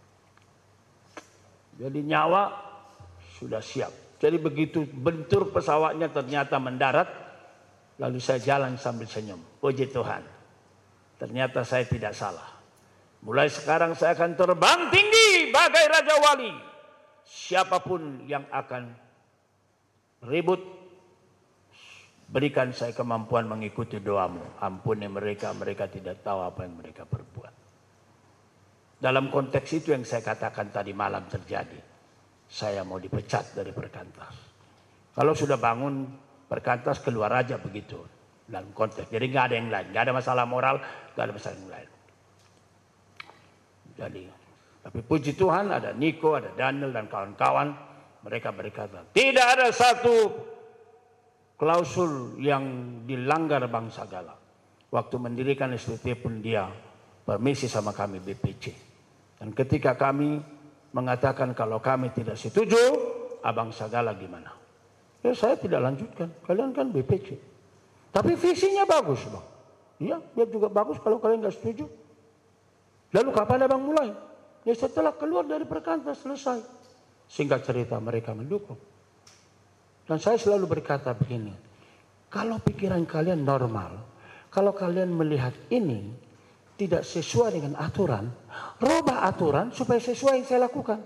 Jadi nyawa sudah siap. Jadi begitu bentur pesawatnya ternyata mendarat, lalu saya jalan sambil senyum. Puji Tuhan, ternyata saya tidak salah. Mulai sekarang saya akan terbang tinggi bagai Raja Wali. Siapapun yang akan ribut, berikan saya kemampuan mengikuti doamu. Ampuni mereka, mereka tidak tahu apa yang mereka perbuat. Dalam konteks itu yang saya katakan tadi malam terjadi. Saya mau dipecat dari Perkantas. Kalau sudah bangun Perkantas keluar aja begitu. Dalam konteks. Jadi nggak ada yang lain. Nggak ada masalah moral, nggak ada masalah yang lain. Jadi Tapi puji Tuhan ada Niko, ada Daniel dan kawan-kawan. Mereka berkata, tidak ada satu klausul yang dilanggar Bang Sagala. Waktu mendirikan STT pun dia permisi sama kami BPC. Dan ketika kami mengatakan kalau kami tidak setuju, Abang Sagala gimana? Ya saya tidak lanjutkan, kalian kan BPC. Tapi visinya bagus Bang. Iya, dia juga bagus kalau kalian nggak setuju. Lalu kapan Abang mulai? Ya setelah keluar dari Perkantas selesai. Singkat cerita mereka mendukung. Dan saya selalu berkata begini, kalau pikiran kalian normal, kalau kalian melihat ini tidak sesuai dengan aturan, rubah aturan supaya sesuai yang saya lakukan.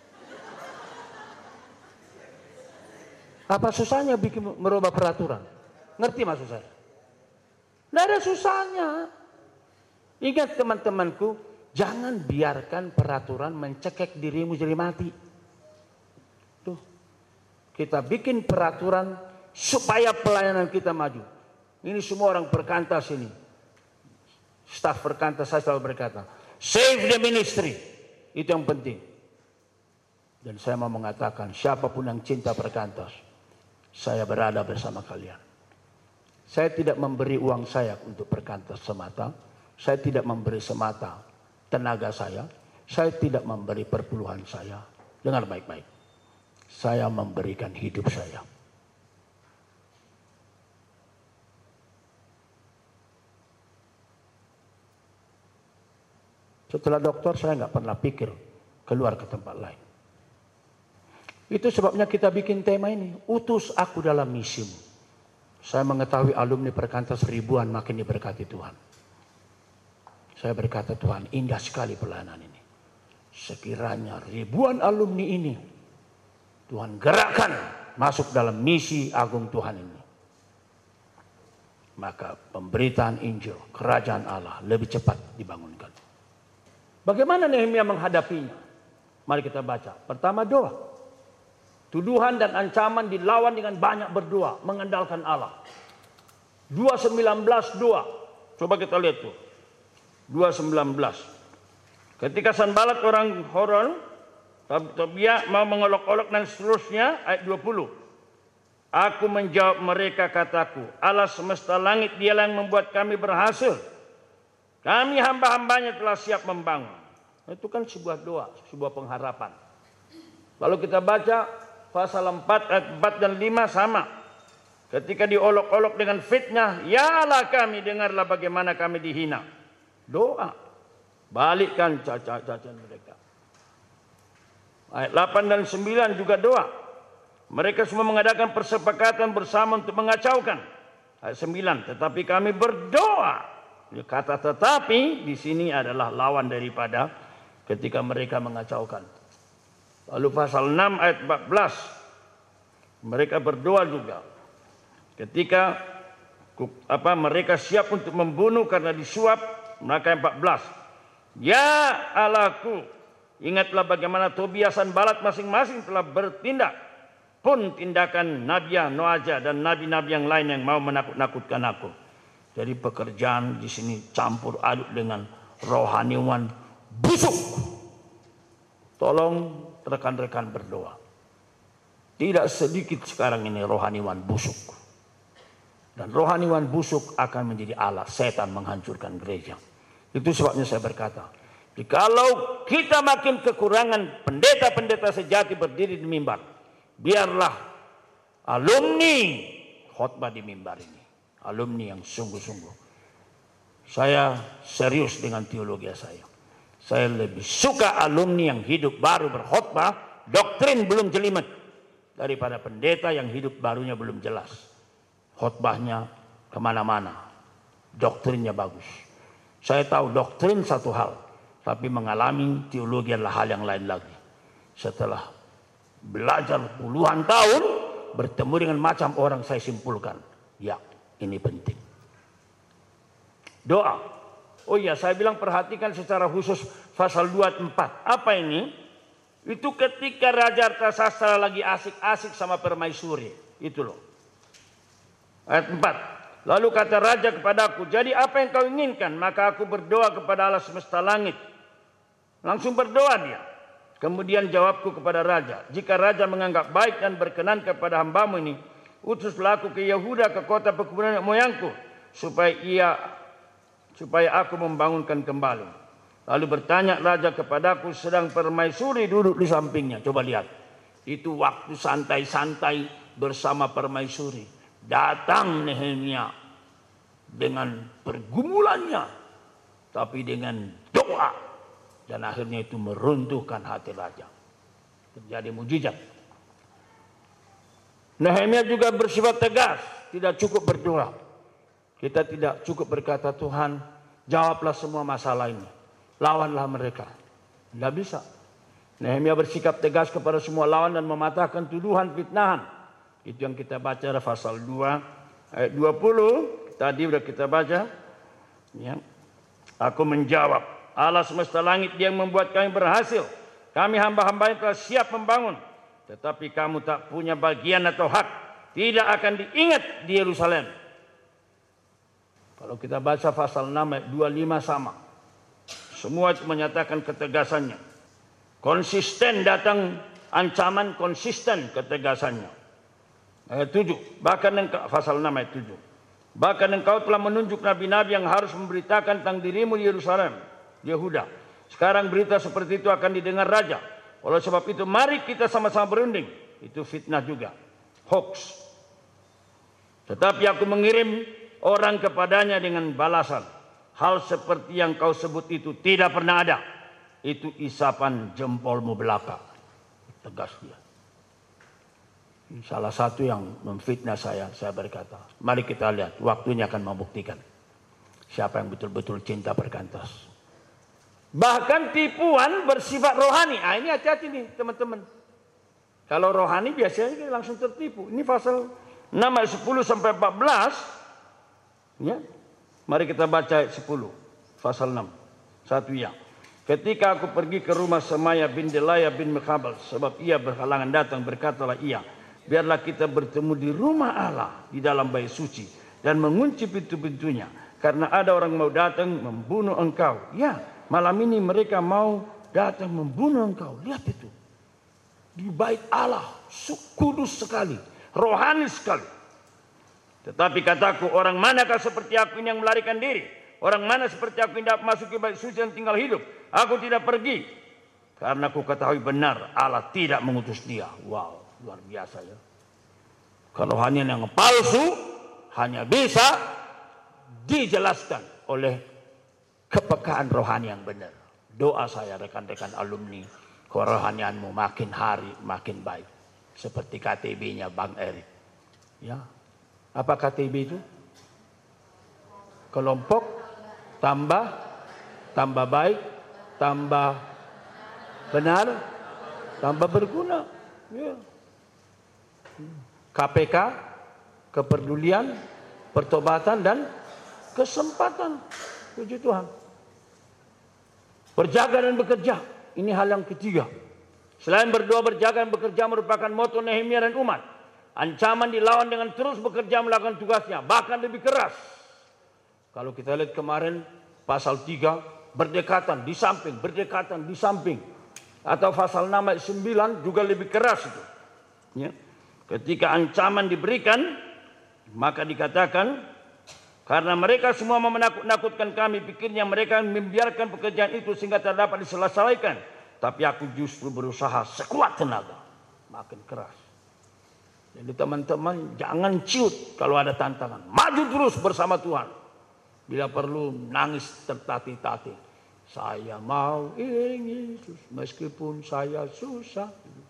Apa susahnya bikin merubah peraturan? Ngerti maksud saya? Tidak ada susahnya. Ingat teman-temanku, jangan biarkan peraturan mencekik dirimu jadi mati. Tuh, kita bikin peraturan supaya pelayanan kita maju. Ini semua orang Perkantas ini. Staf Perkantas saya selalu berkata, save the ministry. Itu yang penting. Dan saya mau mengatakan, siapapun yang cinta Perkantas, saya berada bersama kalian. Saya tidak memberi uang saya untuk Perkantas semata. Saya tidak memberi semata tenaga saya. Saya tidak memberi perpuluhan saya. Dengar baik-baik. Saya memberikan hidup saya. Setelah dokter saya nggak pernah pikir keluar ke tempat lain. Itu sebabnya kita bikin tema ini, utus aku dalam misimu. Saya mengetahui alumni Perkantas ribuan makin diberkati Tuhan. Saya berkata, Tuhan indah sekali pelayanan ini. Sekiranya ribuan alumni ini Tuhan gerakkan masuk dalam misi agung Tuhan ini. Maka pemberitaan Injil, kerajaan Allah lebih cepat dibangunkan. Bagaimana Nehemia menghadapinya? Mari kita baca. Pertama doa. Tuduhan dan ancaman dilawan dengan banyak berdoa, mengandalkan Allah. 2:19 doa. Coba kita lihat tuh. 2:19. Ketika Sanballat orang Horon, Tobia mau mengolok-olok dan seterusnya, ayat 20. Aku menjawab mereka kataku, Allah semesta langit dialah yang membuat kami berhasil. Kami hamba-hambanya telah siap membangun. Itu kan sebuah doa, sebuah pengharapan. Lalu kita baca pasal 4 ayat 4 dan 5 sama. Ketika diolok-olok dengan fitnah, ya Allah kami dengarlah bagaimana kami dihina. Doa. Balikkan cacat-cacat mereka. Ayat 8 dan 9 juga doa. Mereka semua mengadakan persepakatan bersama untuk mengacaukan. Ayat 9, tetapi kami berdoa. Kata tetapi di sini adalah lawan daripada ketika mereka mengacaukan. Lalu pasal 6 ayat 14. Mereka berdoa juga. Ketika mereka siap untuk membunuh karena disuap, maka 14. Ya Allahku, ingatlah bagaimana Tobia Sanballat masing-masing telah bertindak. Pun tindakan Nabiya, Noaja dan nabi-nabi yang lain yang mau menakut-nakutkan aku. Jadi pekerjaan di sini campur aduk dengan rohaniwan busuk. Tolong rekan-rekan berdoa. Tidak sedikit sekarang ini rohaniwan busuk. Dan rohaniwan busuk akan menjadi alat setan menghancurkan gereja. Itu sebabnya saya berkata, kalau kita makin kekurangan pendeta-pendeta sejati berdiri di mimbar, biarlah alumni khotbah di mimbar ini. Alumni yang sungguh-sungguh. Saya serius dengan teologi saya. Saya lebih suka alumni yang hidup baru berkhotbah, doktrin belum jelimet, daripada pendeta yang hidup barunya belum jelas. Khotbahnya kemana-mana, doktrinnya bagus. Saya tahu doktrin satu hal, tapi mengalami teologi adalah hal yang lain lagi. Setelah belajar puluhan tahun, bertemu dengan macam orang, saya simpulkan, ya ini penting. Doa. Oh iya, saya bilang perhatikan secara khusus pasal 24. Apa ini? Itu ketika Raja Artasastra lagi asik-asik sama permaisuri. Itu loh. Ayat 4. Lalu kata raja kepadaku, jadi apa yang kau inginkan? Maka aku berdoa kepada Allah semesta langit. Langsung berdoa dia. Kemudian jawabku kepada raja, jika raja menganggap baik dan berkenan kepada hambamu ini, utuslah aku ke Yehuda, ke kota perkebunan moyangku, supaya aku membangunkan kembali. Lalu bertanya raja kepadaku, sedang permaisuri duduk di sampingnya. Coba lihat, itu waktu santai-santai bersama permaisuri. Datang Nehemia dengan pergumulannya, tapi dengan doa. Dan akhirnya itu meruntuhkan hati raja. Terjadi mujizat. Nehemia juga bersifat tegas, tidak cukup berdoa. Kita tidak cukup berkata, Tuhan, jawablah semua masalah ini. Lawanlah mereka. Tidak bisa. Nehemia bersikap tegas kepada semua lawan dan mematahkan tuduhan fitnahan. Itu yang kita baca pada pasal 2 ayat 20. Tadi sudah kita baca. Ya. Aku menjawab, Allah semesta langit dia yang membuat kami berhasil. Kami hamba-hamba yang telah siap membangun. Tetapi kamu tak punya bagian atau hak. Tidak akan diingat di Yerusalem. Kalau kita baca pasal 6 ayat 25 sama. Semua itu menyatakan ketegasannya. Konsisten datang ancaman, konsisten ketegasannya. Ayat 7. Bahkan pasal 6 ayat 7. Bahkan engkau telah menunjuk nabi-nabi yang harus memberitakan tentang dirimu di Yerusalem, Yehuda. Sekarang berita seperti itu akan didengar raja. Oleh sebab itu mari kita sama-sama berunding. Itu fitnah juga. Hoax. Tetapi aku mengirim orang kepadanya dengan balasan. Hal seperti yang kau sebut itu tidak pernah ada. Itu isapan jempolmu belaka. Tegas dia. Salah satu yang memfitnah saya berkata, mari kita lihat, waktunya akan membuktikan siapa yang betul-betul cinta perkantas. Bahkan tipuan bersifat rohani. Ini hati-hati nih teman-teman. Kalau rohani biasanya langsung tertipu. Ini pasal 6 ayat 10 sampai 14. Ya. Mari kita baca ayat 10. Pasal 6. Satu ya. Ketika aku pergi ke rumah Semaya bin Delaya bin Mekhabal, sebab ia berhalangan datang, berkatalah ia, biarlah kita bertemu di rumah Allah di dalam bait suci dan mengunci pintu-pintunya, karena ada orang mau datang membunuh engkau. Ya, malam ini mereka mau datang membunuh engkau. Lihat itu. Di bait Allah, kudus sekali, rohani sekali. Tetapi kataku, orang manakah seperti aku ini yang melarikan diri? Orang mana seperti aku yang dapat masuk ke bait suci dan tinggal hidup? Aku tidak pergi, karena aku ketahui benar Allah tidak mengutus dia. Wow. Luar biasa ya. Kerohanian yang palsu hanya bisa dijelaskan oleh kepekaan rohani yang benar. Doa saya rekan-rekan alumni, kerohanianmu makin hari makin baik. Seperti KTB-nya Bang Erik. Ya. Apa KTB itu? Kelompok tambah baik, tambah benar, tambah berguna. Ya. KPK, kepedulian, pertobatan dan kesempatan. Puji Tuhan. Berjaga dan bekerja. Ini hal yang ketiga. Selain berdoa, berjaga dan bekerja merupakan moto Nehemia dan umat. Ancaman dilawan dengan terus bekerja melakukan tugasnya. Bahkan lebih keras. Kalau kita lihat kemarin pasal 3. Berdekatan di samping. Berdekatan di samping. Atau pasal 6 ayat 9 juga lebih keras itu. Ya. Ketika ancaman diberikan, maka dikatakan, karena mereka semua mau menakut-nakutkan kami, pikirnya mereka membiarkan pekerjaan itu sehingga tak dapat diselesaikan. Tapi aku justru berusaha sekuat tenaga. Makin keras. Jadi teman-teman jangan ciut kalau ada tantangan. Maju terus bersama Tuhan. Bila perlu nangis tertatih-tatih. Saya mau iring Yesus meskipun saya susah.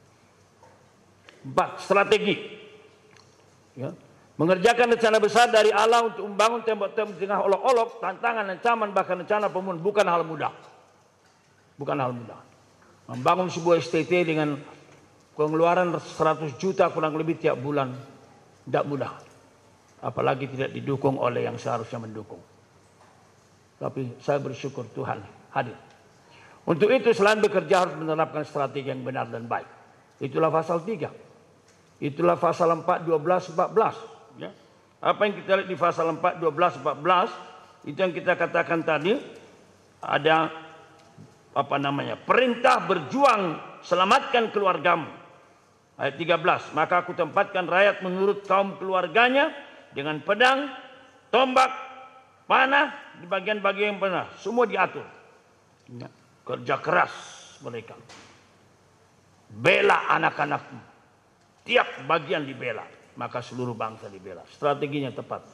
4. Strategi. Ya. Mengerjakan rencana besar dari Allah untuk membangun tembok-tembok di tengah olok-olok, tantangan, ancaman, bahkan rencana pembunuhan bukan hal mudah. Bukan hal mudah. Membangun sebuah STT dengan pengeluaran 100 juta kurang lebih tiap bulan tidak mudah. Apalagi tidak didukung oleh yang seharusnya mendukung. Tapi saya bersyukur Tuhan hadir. Untuk itu selain bekerja harus menerapkan strategi yang benar dan baik. Itulah pasal 3. Itulah pasal 4, 12, 14. Ya. Apa yang kita lihat di pasal 4, 12, 14. Itu yang kita katakan tadi. Ada perintah berjuang selamatkan keluargamu. Ayat 13, maka aku tempatkan rakyat menurut kaum keluarganya dengan pedang, tombak, panah di bagian-bagian yang benar. Semua diatur. Kerja keras mereka. Bela anak-anakmu. Tiap bagian dibela. Maka seluruh bangsa dibela. Strateginya tepat.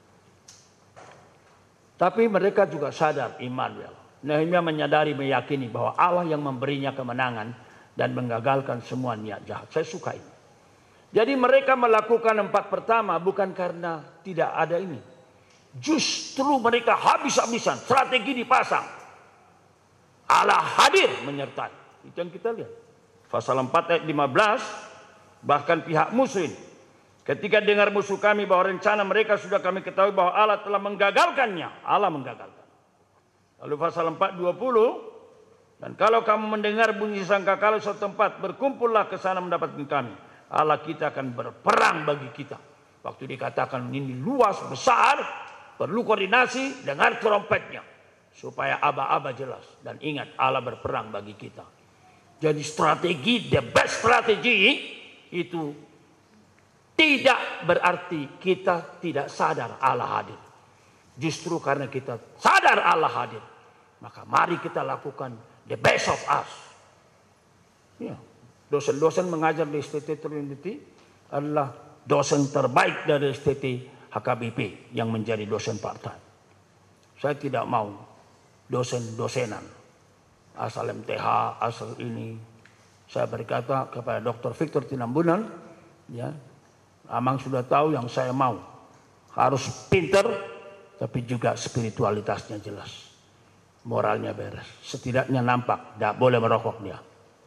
Tapi mereka juga sadar, Immanuel. Nehemia menyadari, meyakini bahwa Allah yang memberinya kemenangan dan menggagalkan semua niat jahat. Saya suka ini. Jadi mereka melakukan 4 pertama bukan karena tidak ada ini. Justru mereka habis-habisan, strategi dipasang. Allah hadir menyertai. Itu yang kita lihat. Pasal 4 ayat 15, bahkan pihak musuh ini. Ketika dengar musuh kami bahwa rencana mereka sudah kami ketahui bahwa Allah telah menggagalkannya. Allah menggagalkan. Lalu pasal 4, 20. Dan kalau kamu mendengar bunyi sangkakala suatu tempat, berkumpullah ke sana mendapatkan kami. Allah kita akan berperang bagi kita. Waktu dikatakan ini luas, besar, perlu koordinasi, dengar trompetnya. Supaya aba-aba jelas. Dan ingat, Allah berperang bagi kita. Jadi strategi, the best strategi, itu tidak berarti kita tidak sadar Allah hadir. Justru karena kita sadar Allah hadir, maka mari kita lakukan the best of us. Ya. Dosen-dosen mengajar di STT Trinity adalah dosen terbaik dari STT HKBP yang menjadi dosen part-time. Saya tidak mau dosen-dosenan asal MTH, asal ini. Saya berkata kepada Dr. Victor Tinambunan, ya, Amang sudah tahu yang saya mau. Harus pinter, tapi juga spiritualitasnya jelas. Moralnya beres. Setidaknya nampak, tidak boleh merokok dia.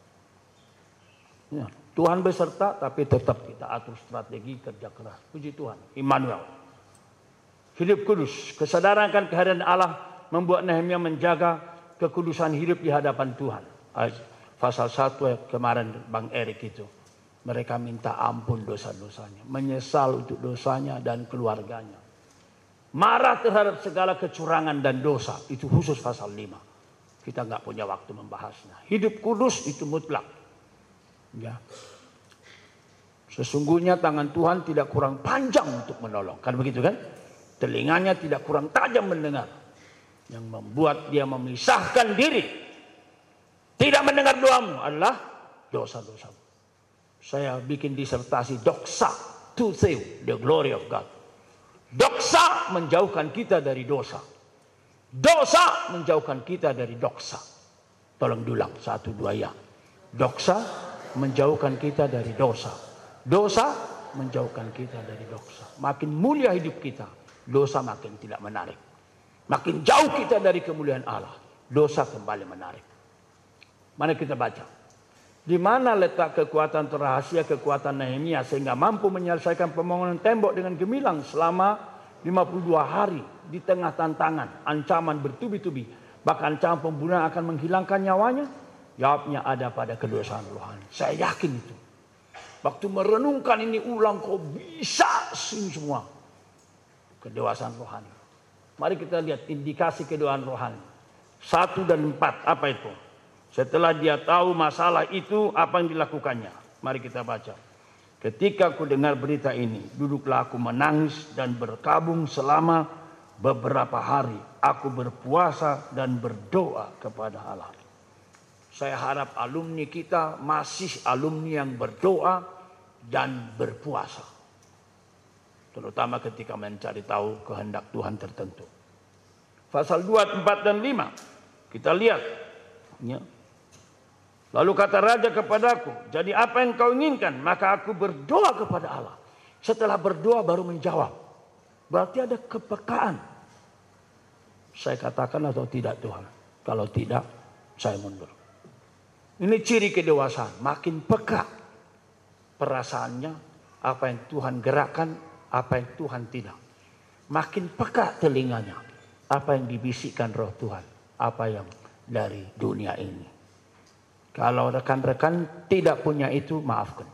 Ya, Tuhan beserta, tapi tetap kita atur strategi kerja keras. Puji Tuhan, Immanuel. Hidup kudus, kesadaran akan kehadiran Allah membuat Nehemia menjaga kekudusan hidup di hadapan Tuhan. Pasal 1 kemarin Bang Erik itu. Mereka minta ampun dosa-dosanya. Menyesal untuk dosanya dan keluarganya. Marah terhadap segala kecurangan dan dosa. Itu khusus pasal 5. Kita nggak punya waktu membahasnya. Hidup kudus itu mutlak. Ya. Sesungguhnya tangan Tuhan tidak kurang panjang untuk menolong. Kan begitu kan? Telinganya tidak kurang tajam mendengar. Yang membuat dia memisahkan diri. Tidak mendengar doamu adalah dosa-dosamu. Saya bikin disertasi doksa, to save the glory of God. Doksa menjauhkan kita dari dosa. Dosa menjauhkan kita dari doksa. Tolong dulang 1, 2 ya. Doksa menjauhkan kita dari dosa. Dosa menjauhkan kita dari dosa. Makin mulia hidup kita, dosa makin tidak menarik. Makin jauh kita dari kemuliaan Allah, dosa kembali menarik. Mari kita baca. Di mana letak kekuatan terrahasia, kekuatan Nehemia sehingga mampu menyelesaikan pembangunan tembok dengan gemilang selama 52 hari di tengah tantangan, ancaman bertubi-tubi, bahkan ancaman pembunuhan akan menghilangkan nyawanya? Jawabnya ada pada kedewasaan rohani. Saya yakin itu. Waktu merenungkan ini ulang, kok bisa sih semua? Kedewasaan rohani. Mari kita lihat indikasi kedewasaan rohani. 1 dan 4, apa itu? Setelah dia tahu masalah itu, apa yang dilakukannya? Mari kita baca. Ketika aku dengar berita ini, duduklah aku menangis dan berkabung selama beberapa hari. Aku berpuasa dan berdoa kepada Allah. Saya harap alumni kita masih alumni yang berdoa dan berpuasa. Terutama ketika mencari tahu kehendak Tuhan tertentu. Pasal 2, 4, dan 5. Kita lihat. Ya. Lalu kata raja kepadaku, jadi apa yang kau inginkan? Maka aku berdoa kepada Allah. Setelah berdoa baru menjawab. Berarti ada kepekaan. Saya katakan atau tidak Tuhan? Kalau tidak, saya mundur. Ini ciri kedewasaan. Makin peka perasaannya, apa yang Tuhan gerakkan, apa yang Tuhan tidak. Makin peka telinganya, apa yang dibisikkan roh Tuhan, apa yang dari dunia ini. Kalau rekan-rekan tidak punya itu, maafkan.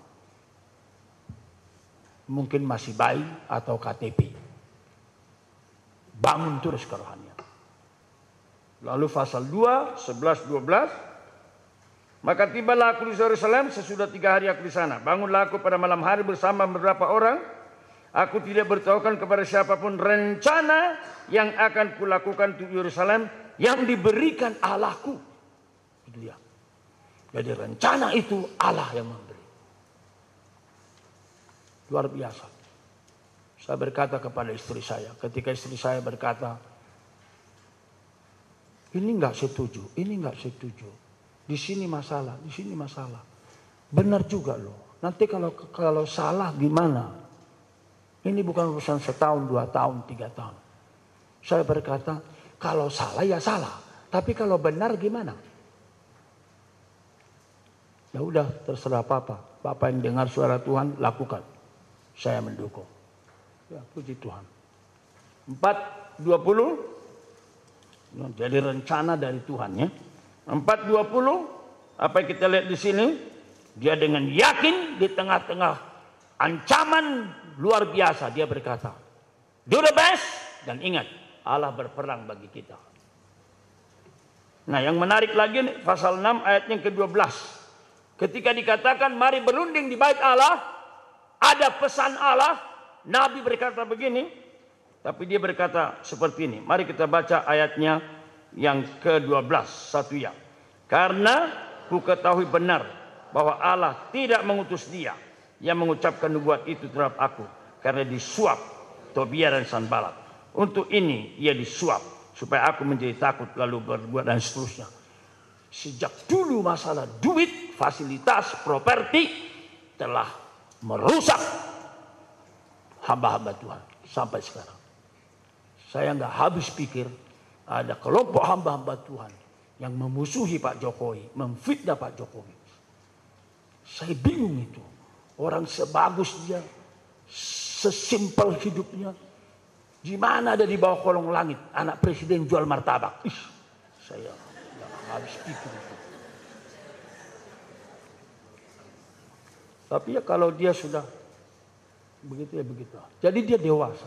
Mungkin masih bayi atau KTP. Bangun terus kerohanian. Lalu pasal 2, 11, 12. Maka tibalah aku di Yerusalem, sesudah 3 hari aku di sana. Bangunlah aku pada malam hari bersama beberapa orang. Aku tidak beritahukan kepada siapapun rencana yang akan kulakukan di Yerusalem yang diberikan Allahku. Itu dia. Jadi rencana itu Allah yang memberi. Luar biasa. Saya berkata kepada istri saya, ketika istri saya berkata, ini enggak setuju, ini enggak setuju. Di sini masalah, di sini masalah. Benar juga loh. Nanti kalau salah gimana? Ini bukan urusan 1 tahun, 2 tahun, 3 tahun. Saya berkata, kalau salah ya salah. Tapi kalau benar gimana? Ya udah, terserah Papa. Papa yang dengar suara Tuhan, lakukan. Saya mendukung. Ya, puji Tuhan. 4:20. Jadi rencana dari Tuhan ya. 4:20, apa yang kita lihat di sini, dia dengan yakin di tengah-tengah ancaman luar biasa dia berkata, do the best, dan ingat Allah berperang bagi kita. Nah yang menarik lagi pasal 6 ayat yang ke-12, ketika dikatakan mari berunding di bait Allah, ada pesan Allah, Nabi berkata begini, tapi dia berkata seperti ini. Mari kita baca ayatnya yang ke-12, satu ya. Karena ku ketahui benar bahwa Allah tidak mengutus dia yang mengucapkan nubuat itu terhadap aku, karena disuap Tobia dan Sanbalat. Untuk ini ia disuap supaya aku menjadi takut lalu berbuat dan seterusnya. Sejak dulu masalah duit, fasilitas, properti telah merusak hamba-hamba Tuhan sampai sekarang. Saya nggak habis pikir ada kelompok hamba-hamba Tuhan yang memusuhi Pak Jokowi, memfitnah Pak Jokowi. Saya bingung itu. Orang sebagus dia, sesimpel hidupnya, gimana ada di bawah kolong langit anak presiden jual martabak. Saya nggak habis pikir itu. Tapi ya kalau dia sudah begitu ya begitu. Jadi dia dewasa.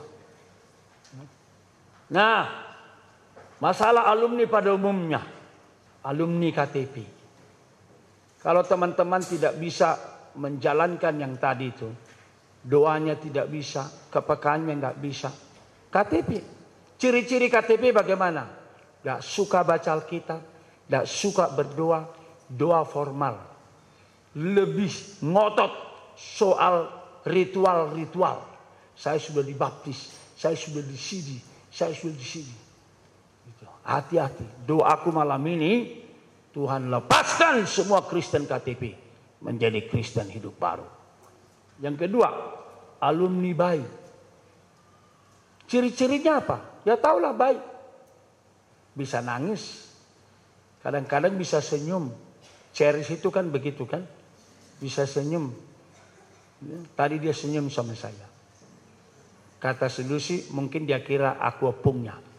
Nah, masalah alumni pada umumnya, alumni KTP. Kalau teman-teman tidak bisa menjalankan yang tadi itu, doanya tidak bisa, kepekaannya nggak bisa. KTP, ciri-ciri KTP bagaimana? Nggak suka baca Alkitab, nggak suka berdoa, doa formal. Lebih ngotot soal ritual-ritual. Saya sudah dibaptis, saya sudah di sini, saya sudah di sini. Hati-hati, doaku malam ini Tuhan lepaskan semua Kristen KTP menjadi Kristen hidup baru. Yang kedua, alumni baik. Ciri-cirinya apa? Ya tahulah baik. Bisa nangis, kadang-kadang bisa senyum. Cherish itu kan begitu kan, bisa senyum. Tadi dia senyum sama saya. Kata Selusi, mungkin dia kira aku opungnya.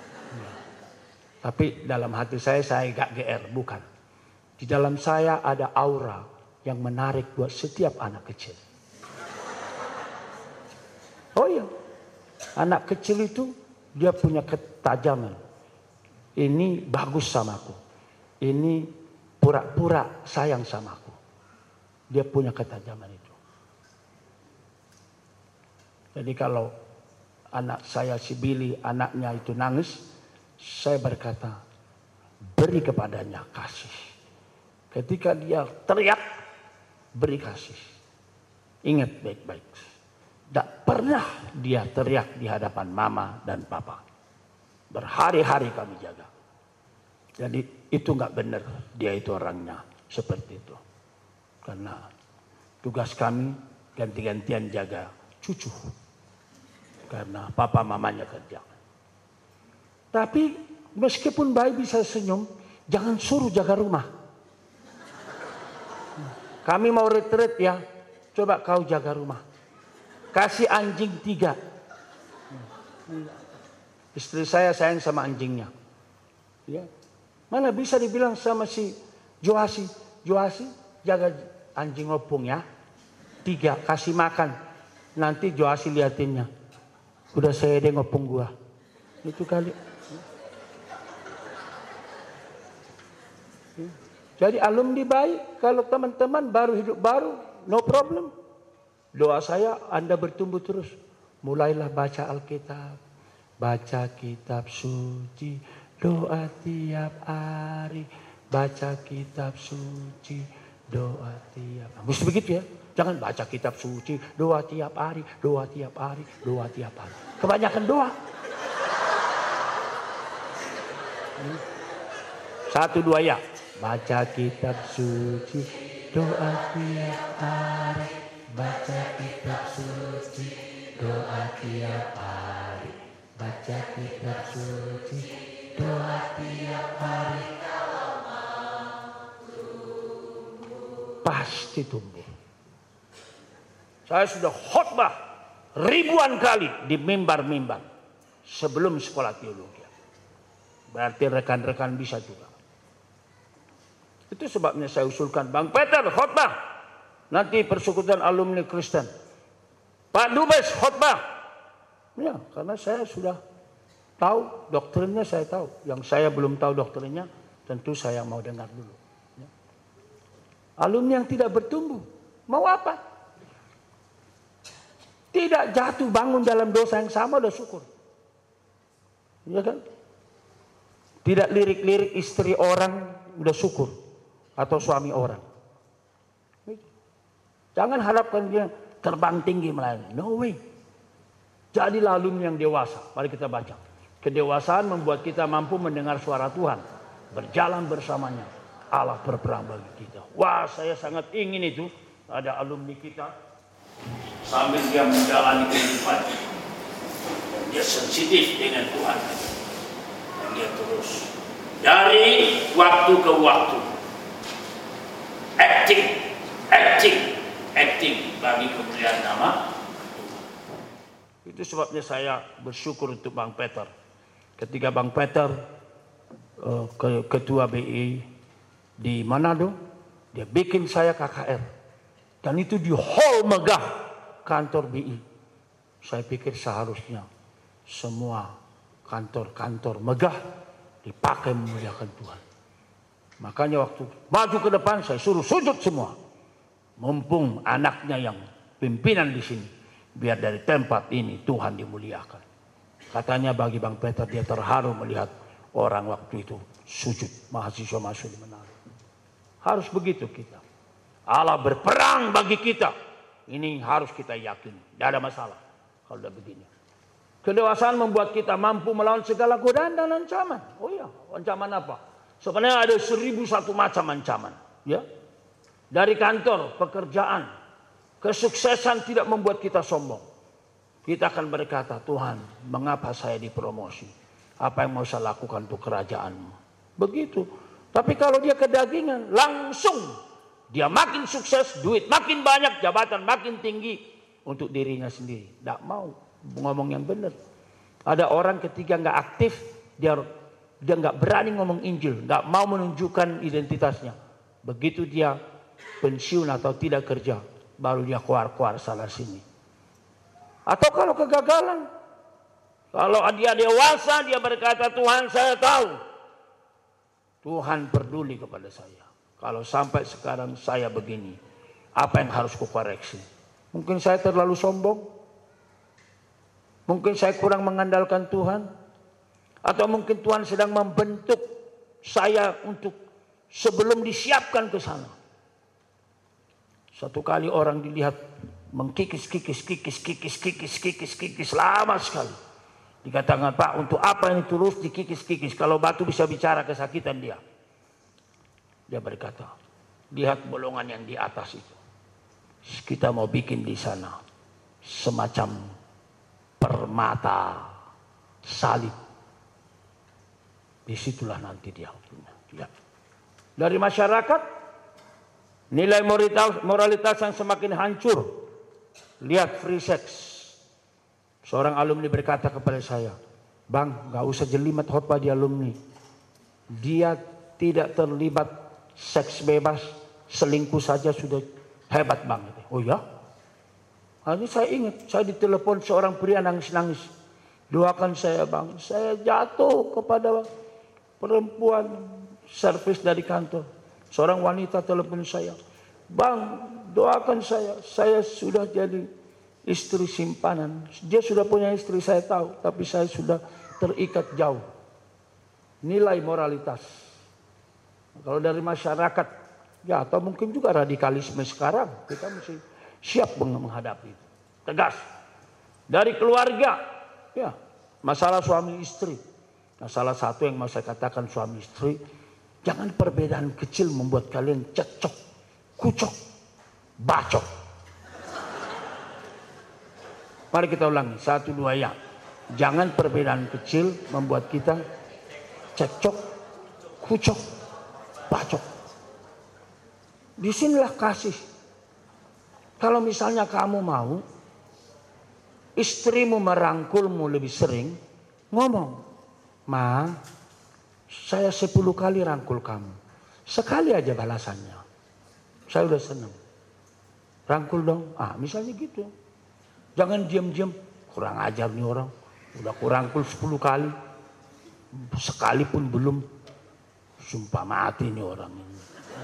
Tapi dalam hati saya gak GR, bukan. Di dalam saya ada aura yang menarik buat setiap anak kecil. Oh iya, anak kecil itu dia punya ketajaman. Ini bagus sama aku. Ini pura-pura sayang sama aku. Dia punya ketajaman itu. Jadi kalau anak saya si Billy, anaknya itu nangis, saya berkata, beri kepadanya kasih. Ketika dia teriak, beri kasih. Ingat baik-baik. Tidak pernah dia teriak di hadapan mama dan papa. Berhari-hari kami jaga. Jadi itu nggak benar. Dia itu orangnya seperti itu. Karena tugas kami ganti-gantian jaga cucu. Karena papa mamanya kerja. Tapi meskipun bayi bisa senyum, jangan suruh jaga rumah. Kami mau retreat ya, coba kau jaga rumah. Kasih anjing 3. Istri saya sayang sama anjingnya. Ya. Mana bisa dibilang sama si Joasi, jaga anjing opung ya. 3, kasih makan. Nanti Joasi liatinnya. Udah saya ngopung gua. Itu kali. Jadi alumni baik, kalau teman-teman baru hidup baru, no problem. Doa saya Anda bertumbuh terus. Mulailah baca Alkitab, baca kitab suci, doa tiap hari, baca kitab suci, doa tiap hari. Mesti begitu ya. Jangan baca kitab suci, doa tiap hari, doa tiap hari, doa tiap hari. Kebanyakan doa. 1, 2 ya. Baca kitab suci, doa tiap hari, baca kitab suci, doa tiap hari, baca kitab suci, doa tiap hari. Pasti tumbuh. Saya sudah khotbah ribuan kali di mimbar-mimbar sebelum sekolah teologi. Berarti rekan-rekan bisa juga. Itu sebabnya saya usulkan Bang Peter khotbah. Nanti persekutuan alumni Kristen. Pak Dubes khotbah. Ya, karena saya sudah tahu doktrinnya, saya tahu. Yang saya belum tahu doktrinnya, tentu saya mau dengar dulu. Ya. Alumni yang tidak bertumbuh, mau apa? Tidak jatuh bangun dalam dosa yang sama, udah syukur. Iya kan? Tidak lirik-lirik istri orang, udah syukur. Atau suami orang. Jangan harapkan dia terbang tinggi melayani. No way. Jadilah alumni yang dewasa. Mari kita baca. Kedewasaan membuat kita mampu mendengar suara Tuhan. Berjalan bersamanya. Allah berperang bagi kita. Wah, saya sangat ingin itu. Ada alumni kita. Sambil dia menjalani kehidupan. Dia sensitif dengan Tuhan. Dan dia terus. Dari waktu ke waktu. Acting bagi kemuliaan nama Tuhan. Itu sebabnya saya bersyukur untuk Bang Peter. Ketika Bang Peter ketua BI di Manado, dia bikin saya KKR. Dan itu di hall megah kantor BI. Saya pikir seharusnya semua kantor-kantor megah dipakai memuliakan Tuhan. Makanya waktu maju ke depan saya suruh sujud semua. Mumpung anaknya yang pimpinan di sini. Biar dari tempat ini Tuhan dimuliakan. Katanya bagi Bang Peter dia terharu melihat orang waktu itu sujud. Mahasiswa masuk di Manado. Harus begitu kita. Allah berperang bagi kita. Ini harus kita yakini. Tidak ada masalah kalau udah begini. Kedewasaan membuat kita mampu melawan segala godaan dan ancaman. Oh iya, ancaman apa? Sebenarnya ada 1001 macam ancaman. Ya. Dari kantor, pekerjaan, kesuksesan tidak membuat kita sombong. Kita akan berkata, Tuhan, mengapa saya dipromosi? Apa yang mau saya lakukan untuk kerajaan-Mu? Begitu. Tapi kalau dia kedagingan, langsung dia makin sukses, duit makin banyak, jabatan makin tinggi untuk dirinya sendiri. Tidak mau ngomong yang benar. Ada orang ketika nggak aktif, dia nggak berani ngomong Injil, nggak mau menunjukkan identitasnya. Begitu dia pensiun atau tidak kerja, baru dia keluar sana sini. Atau kalau kegagalan, kalau dia dewasa, dia berkata, Tuhan saya tahu, Tuhan peduli kepada saya. Kalau sampai sekarang saya begini, apa yang harus kukoreksi? Mungkin saya terlalu sombong, mungkin saya kurang mengandalkan Tuhan. Atau mungkin Tuhan sedang membentuk saya untuk sebelum disiapkan ke sana. Satu kali orang dilihat mengkikis lama sekali. Dikatakan, Pak, untuk apa ini terus dikikis-kikis? Kalau batu bisa bicara, kesakitan dia. Dia berkata, lihat bolongan yang di atas itu. Kita mau bikin di sana semacam permata salib. Disitulah nanti dia. Ya. Dari masyarakat, nilai moralitas yang semakin hancur. Lihat free sex. Seorang alumni berkata kepada saya, Bang, gak usah jelimet khotbah di alumni. Dia tidak terlibat seks bebas, selingkuh saja sudah hebat Bang. Oh ya? Ini saya ingat, saya ditelepon seorang pria nangis-nangis. Doakan saya Bang, saya jatuh kepada perempuan servis dari kantor. Seorang wanita telepon saya, "Bang, doakan saya sudah jadi istri simpanan." Dia sudah punya istri, saya tahu, tapi saya sudah terikat jauh. Nilai moralitas. Kalau dari masyarakat, ya atau mungkin juga radikalisme sekarang, kita mesti siap menghadapi itu. Tegas. Dari keluarga, ya masalah suami istri. Nah, salah satu yang mau saya katakan suami istri, jangan perbedaan kecil membuat kalian cecok, kucok, bacok. Mari kita ulangi, 1, 2 ya. Jangan perbedaan kecil membuat kita cecok, kucok, bacok. Disinilah kasih. Kalau misalnya kamu mau istrimu merangkulmu lebih sering, ngomong, "Ma, saya 10 kali rangkul kamu. Sekali aja balasannya. Saya udah senang. Rangkul dong." Misalnya gitu. Jangan diam-diam. Kurang ajar nih orang. Udah kurangkul 10 kali. Sekalipun belum. Sumpah mati nih orang ini.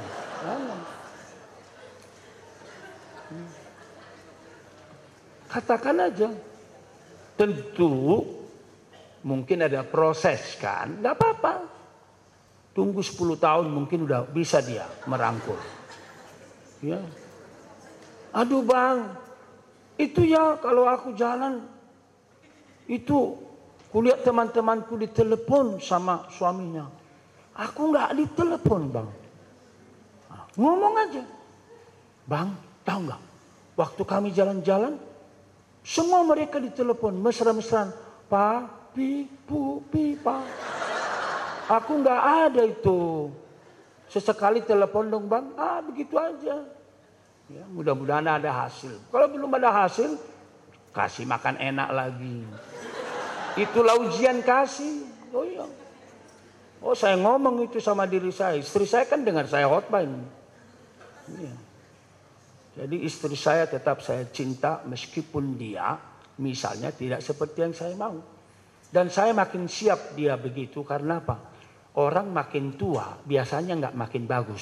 Katakan aja. Tentu mungkin ada proses kan. Gak apa-apa. Tunggu 10 tahun mungkin udah bisa dia merangkul. Ya. "Aduh bang, itu ya kalau aku jalan, itu kulihat teman-temanku ditelepon sama suaminya. Aku gak ditelepon bang." Ngomong aja. "Bang, tahu gak? Waktu kami jalan-jalan, semua mereka ditelepon mesra-mesraan. Papi, pupi, pa. Aku nggak ada itu. Sesekali telepon dong bang." Begitu aja. Ya, mudah-mudahan ada hasil. Kalau belum ada hasil, kasih makan enak lagi. Itulah ujian kasih. Oh iya. Oh saya ngomong itu sama diri saya. Istri saya kan dengar saya khotbah ini. Iya. Jadi istri saya tetap saya cinta meskipun dia misalnya tidak seperti yang saya mau. Dan saya makin siap dia begitu karena apa? Orang makin tua biasanya nggak makin bagus.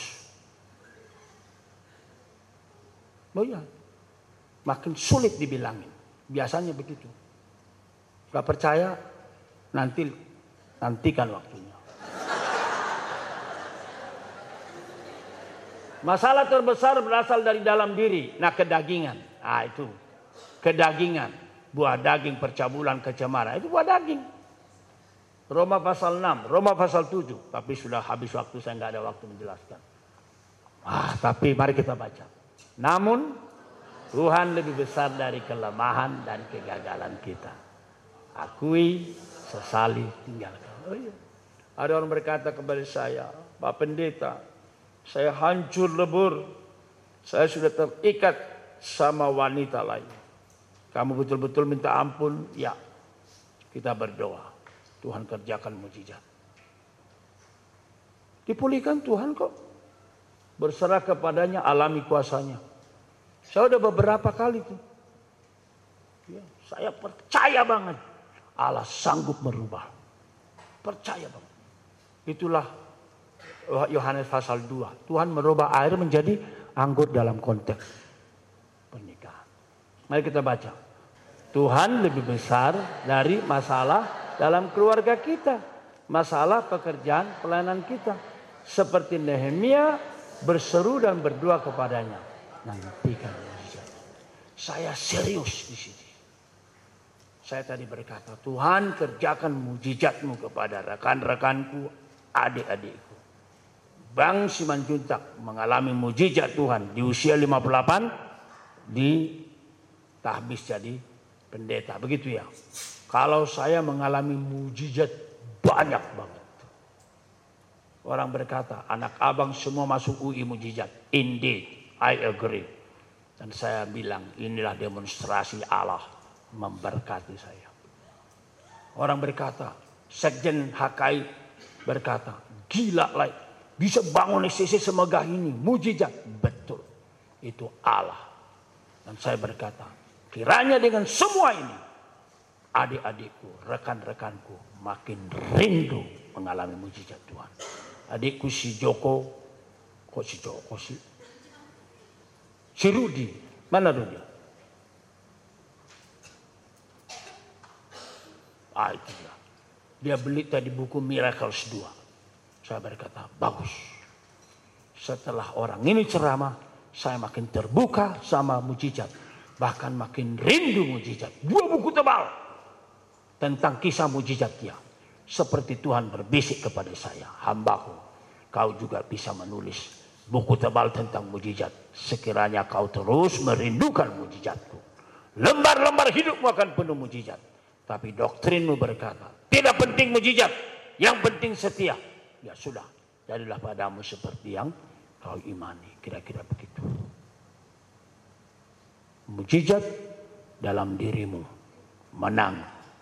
Oh iya. Makin sulit dibilangin. Biasanya begitu. Gak percaya? Nantikan waktunya. Masalah terbesar berasal dari dalam diri. Nah, kedagingan. Itu. Kedagingan. Buah daging, percabulan, kecemaran. Itu buah daging. Roma pasal 6, Roma pasal 7. Tapi sudah habis waktu, saya nggak ada waktu menjelaskan. Tapi mari kita baca. Namun, Tuhan lebih besar dari kelemahan dan kegagalan kita. Akui, sesali, tinggalkan. Oh iya. Ada orang berkata kepada saya, "Pak Pendeta, saya hancur lebur. Saya sudah terikat sama wanita lain. Kamu betul-betul minta ampun?" Ya. Kita berdoa. Tuhan kerjakan mujizat. Dipulihkan Tuhan kok. Berserah kepadanya, alami kuasanya. Saya udah beberapa kali tuh. Ya, saya percaya banget. Allah sanggup merubah. Percaya banget. Itulah Yohanes pasal 2. Tuhan merubah air menjadi anggur dalam konteks pernikahan. Mari kita baca. Tuhan lebih besar dari masalah dalam keluarga kita. Masalah pekerjaan pelayanan kita. Seperti Nehemia berseru dan berdoa kepadanya. Nantikan mujizat. Saya serius di sini. Saya tadi berkata, Tuhan kerjakan mujizatmu kepada rekan-rekanku, adik-adikku. Bang Simanjuntak mengalami mujizat Tuhan di usia 58 ditahbis jadi pendeta. Begitu ya. Kalau saya mengalami mujizat banyak banget. Orang berkata, anak abang semua masuk UI mujizat. Indeed, I agree. Dan saya bilang, inilah demonstrasi Allah memberkati saya. Orang berkata, Sekjen HKI berkata, gila lah, bisa bangun SCC semegah ini, mujizat. Betul, itu Allah. Dan saya berkata, kiranya dengan semua ini, adik-adikku, rekan-rekanku makin rindu mengalami mujizat Tuhan. adikku si Joko, kok si Joko sih? Si Rudi, mana Rudi? Itu dia. Dia beli tadi buku Miracles 2. Saya berkata, bagus. Setelah orang ini ceramah, saya makin terbuka sama mujizat. Bahkan makin rindu mujizat. 2 buku tebal tentang kisah mujizat dia. Seperti Tuhan berbisik kepada saya, hambaku, kau juga bisa menulis buku tebal tentang mujizat. Sekiranya kau terus merindukan mujizatku, lembar-lembar hidupmu akan penuh mujizat. Tapi doktrinmu berkata, tidak penting mujizat, yang penting setia. Ya sudah, jadilah padamu seperti yang kau imani. Kira-kira begitu. Mujizat dalam dirimu menang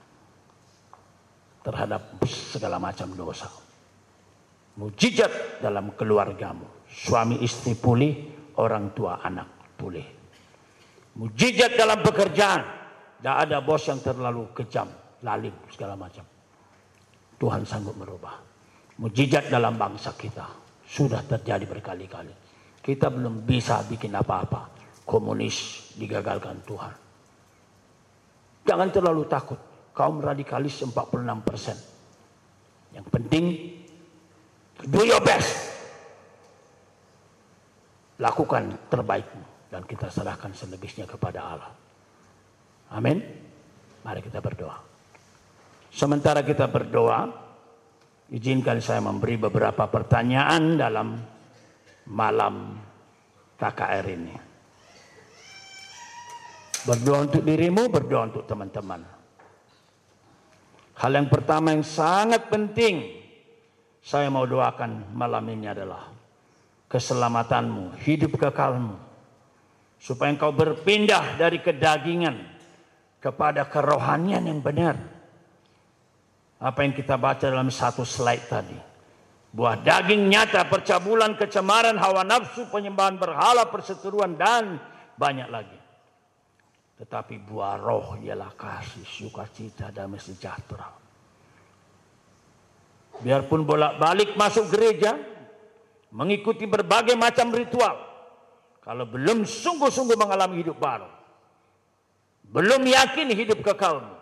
terhadap segala macam dosa. Mujizat dalam keluargamu, suami istri pulih, orang tua anak pulih. Mujizat dalam pekerjaan. Tidak ada bos yang terlalu kejam, lalim, segala macam. Tuhan sanggup merubah. Mujizat dalam bangsa kita sudah terjadi berkali-kali. Kita belum bisa bikin apa-apa. Komunis digagalkan Tuhan. Jangan terlalu takut. Kaum radikalis 46%. Yang penting, do your best. Lakukan terbaikmu. Dan kita serahkan selebihnya kepada Allah. Amin. Mari kita berdoa. Sementara kita berdoa, izinkan saya memberi beberapa pertanyaan dalam malam KKR ini. Berdoa untuk dirimu, berdoa untuk teman-teman. Hal yang pertama yang sangat penting saya mau doakan malam ini adalah keselamatanmu, hidup kekalmu. Supaya engkau berpindah dari kedagingan kepada kerohanian yang benar. Apa yang kita baca dalam satu slide tadi. Buah daging nyata, percabulan, kecemaran, hawa nafsu, penyembahan berhala, perseteruan, dan banyak lagi. Tetapi buah roh ialah kasih, sukacita, damai sejahtera. Biarpun bolak-balik masuk gereja, mengikuti berbagai macam ritual, kalau belum sungguh-sungguh mengalami hidup baru, belum yakin hidup kekalmu,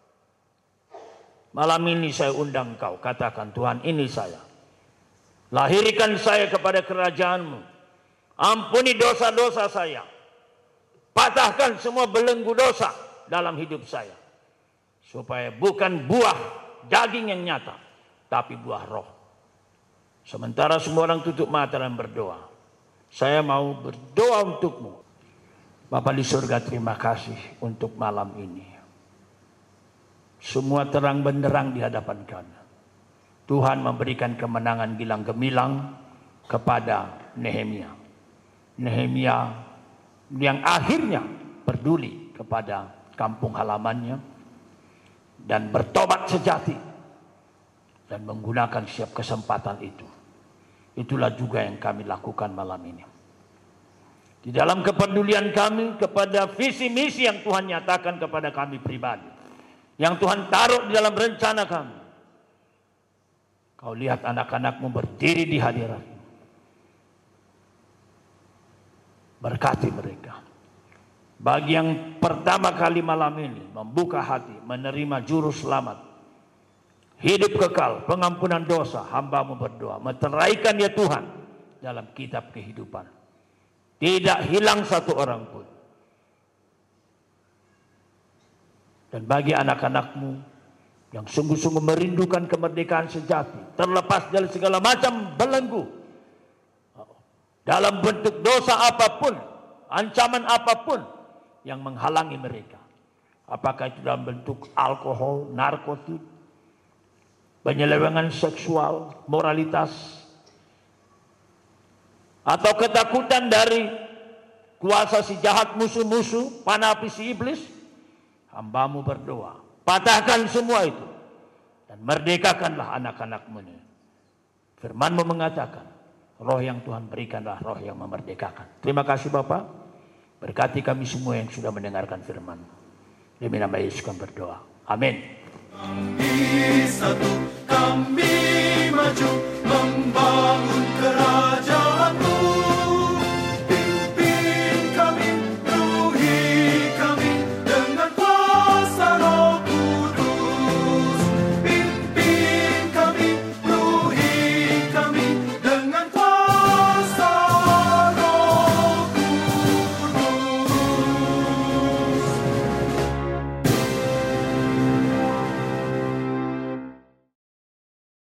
malam ini saya undang kau, katakan, Tuhan, ini saya. Lahirkan saya kepada kerajaan-Mu. Ampuni dosa-dosa saya. Patahkan semua belenggu dosa dalam hidup saya. Supaya bukan buah daging yang nyata, tapi buah roh. Sementara semua orang tutup mata dan berdoa, saya mau berdoa untukmu. Bapa di surga, terima kasih untuk malam ini. Semua terang benderang di hadapan kami. Tuhan memberikan kemenangan gilang gemilang kepada Nehemia. Nehemia yang akhirnya peduli kepada kampung halamannya dan bertobat sejati dan menggunakan setiap kesempatan itu. Itulah juga yang kami lakukan malam ini. Di dalam kepedulian kami kepada visi misi yang Tuhan nyatakan kepada kami pribadi, yang Tuhan taruh di dalam rencana kami. Kau lihat anak-anakmu berdiri di hadirat-Mu. Berkati mereka. Bagi yang pertama kali malam ini membuka hati, menerima juru selamat, hidup kekal, pengampunan dosa, hamba-Mu berdoa, meteraikan ya Tuhan dalam kitab kehidupan. Tidak hilang satu orang pun. Dan bagi anak-anak-Mu yang sungguh-sungguh merindukan kemerdekaan sejati, terlepas dari segala macam belenggu, dalam bentuk dosa apapun, ancaman apapun yang menghalangi mereka. Apakah itu dalam bentuk alkohol, narkotik, penyelewengan seksual, moralitas, atau ketakutan dari kuasa si jahat, musuh-musuh, panah api si iblis. Hamba-Mu berdoa, patahkan semua itu dan merdekakanlah anak-anak-Mu ini. Firman-Mu mengatakan, roh yang Tuhan berikanlah roh yang memerdekakan. Terima kasih Bapa. Berkati kami semua yang sudah mendengarkan firman-Mu. Demi nama Yesus kami berdoa. Amin. Kami satu, kami maju membangun kerajaan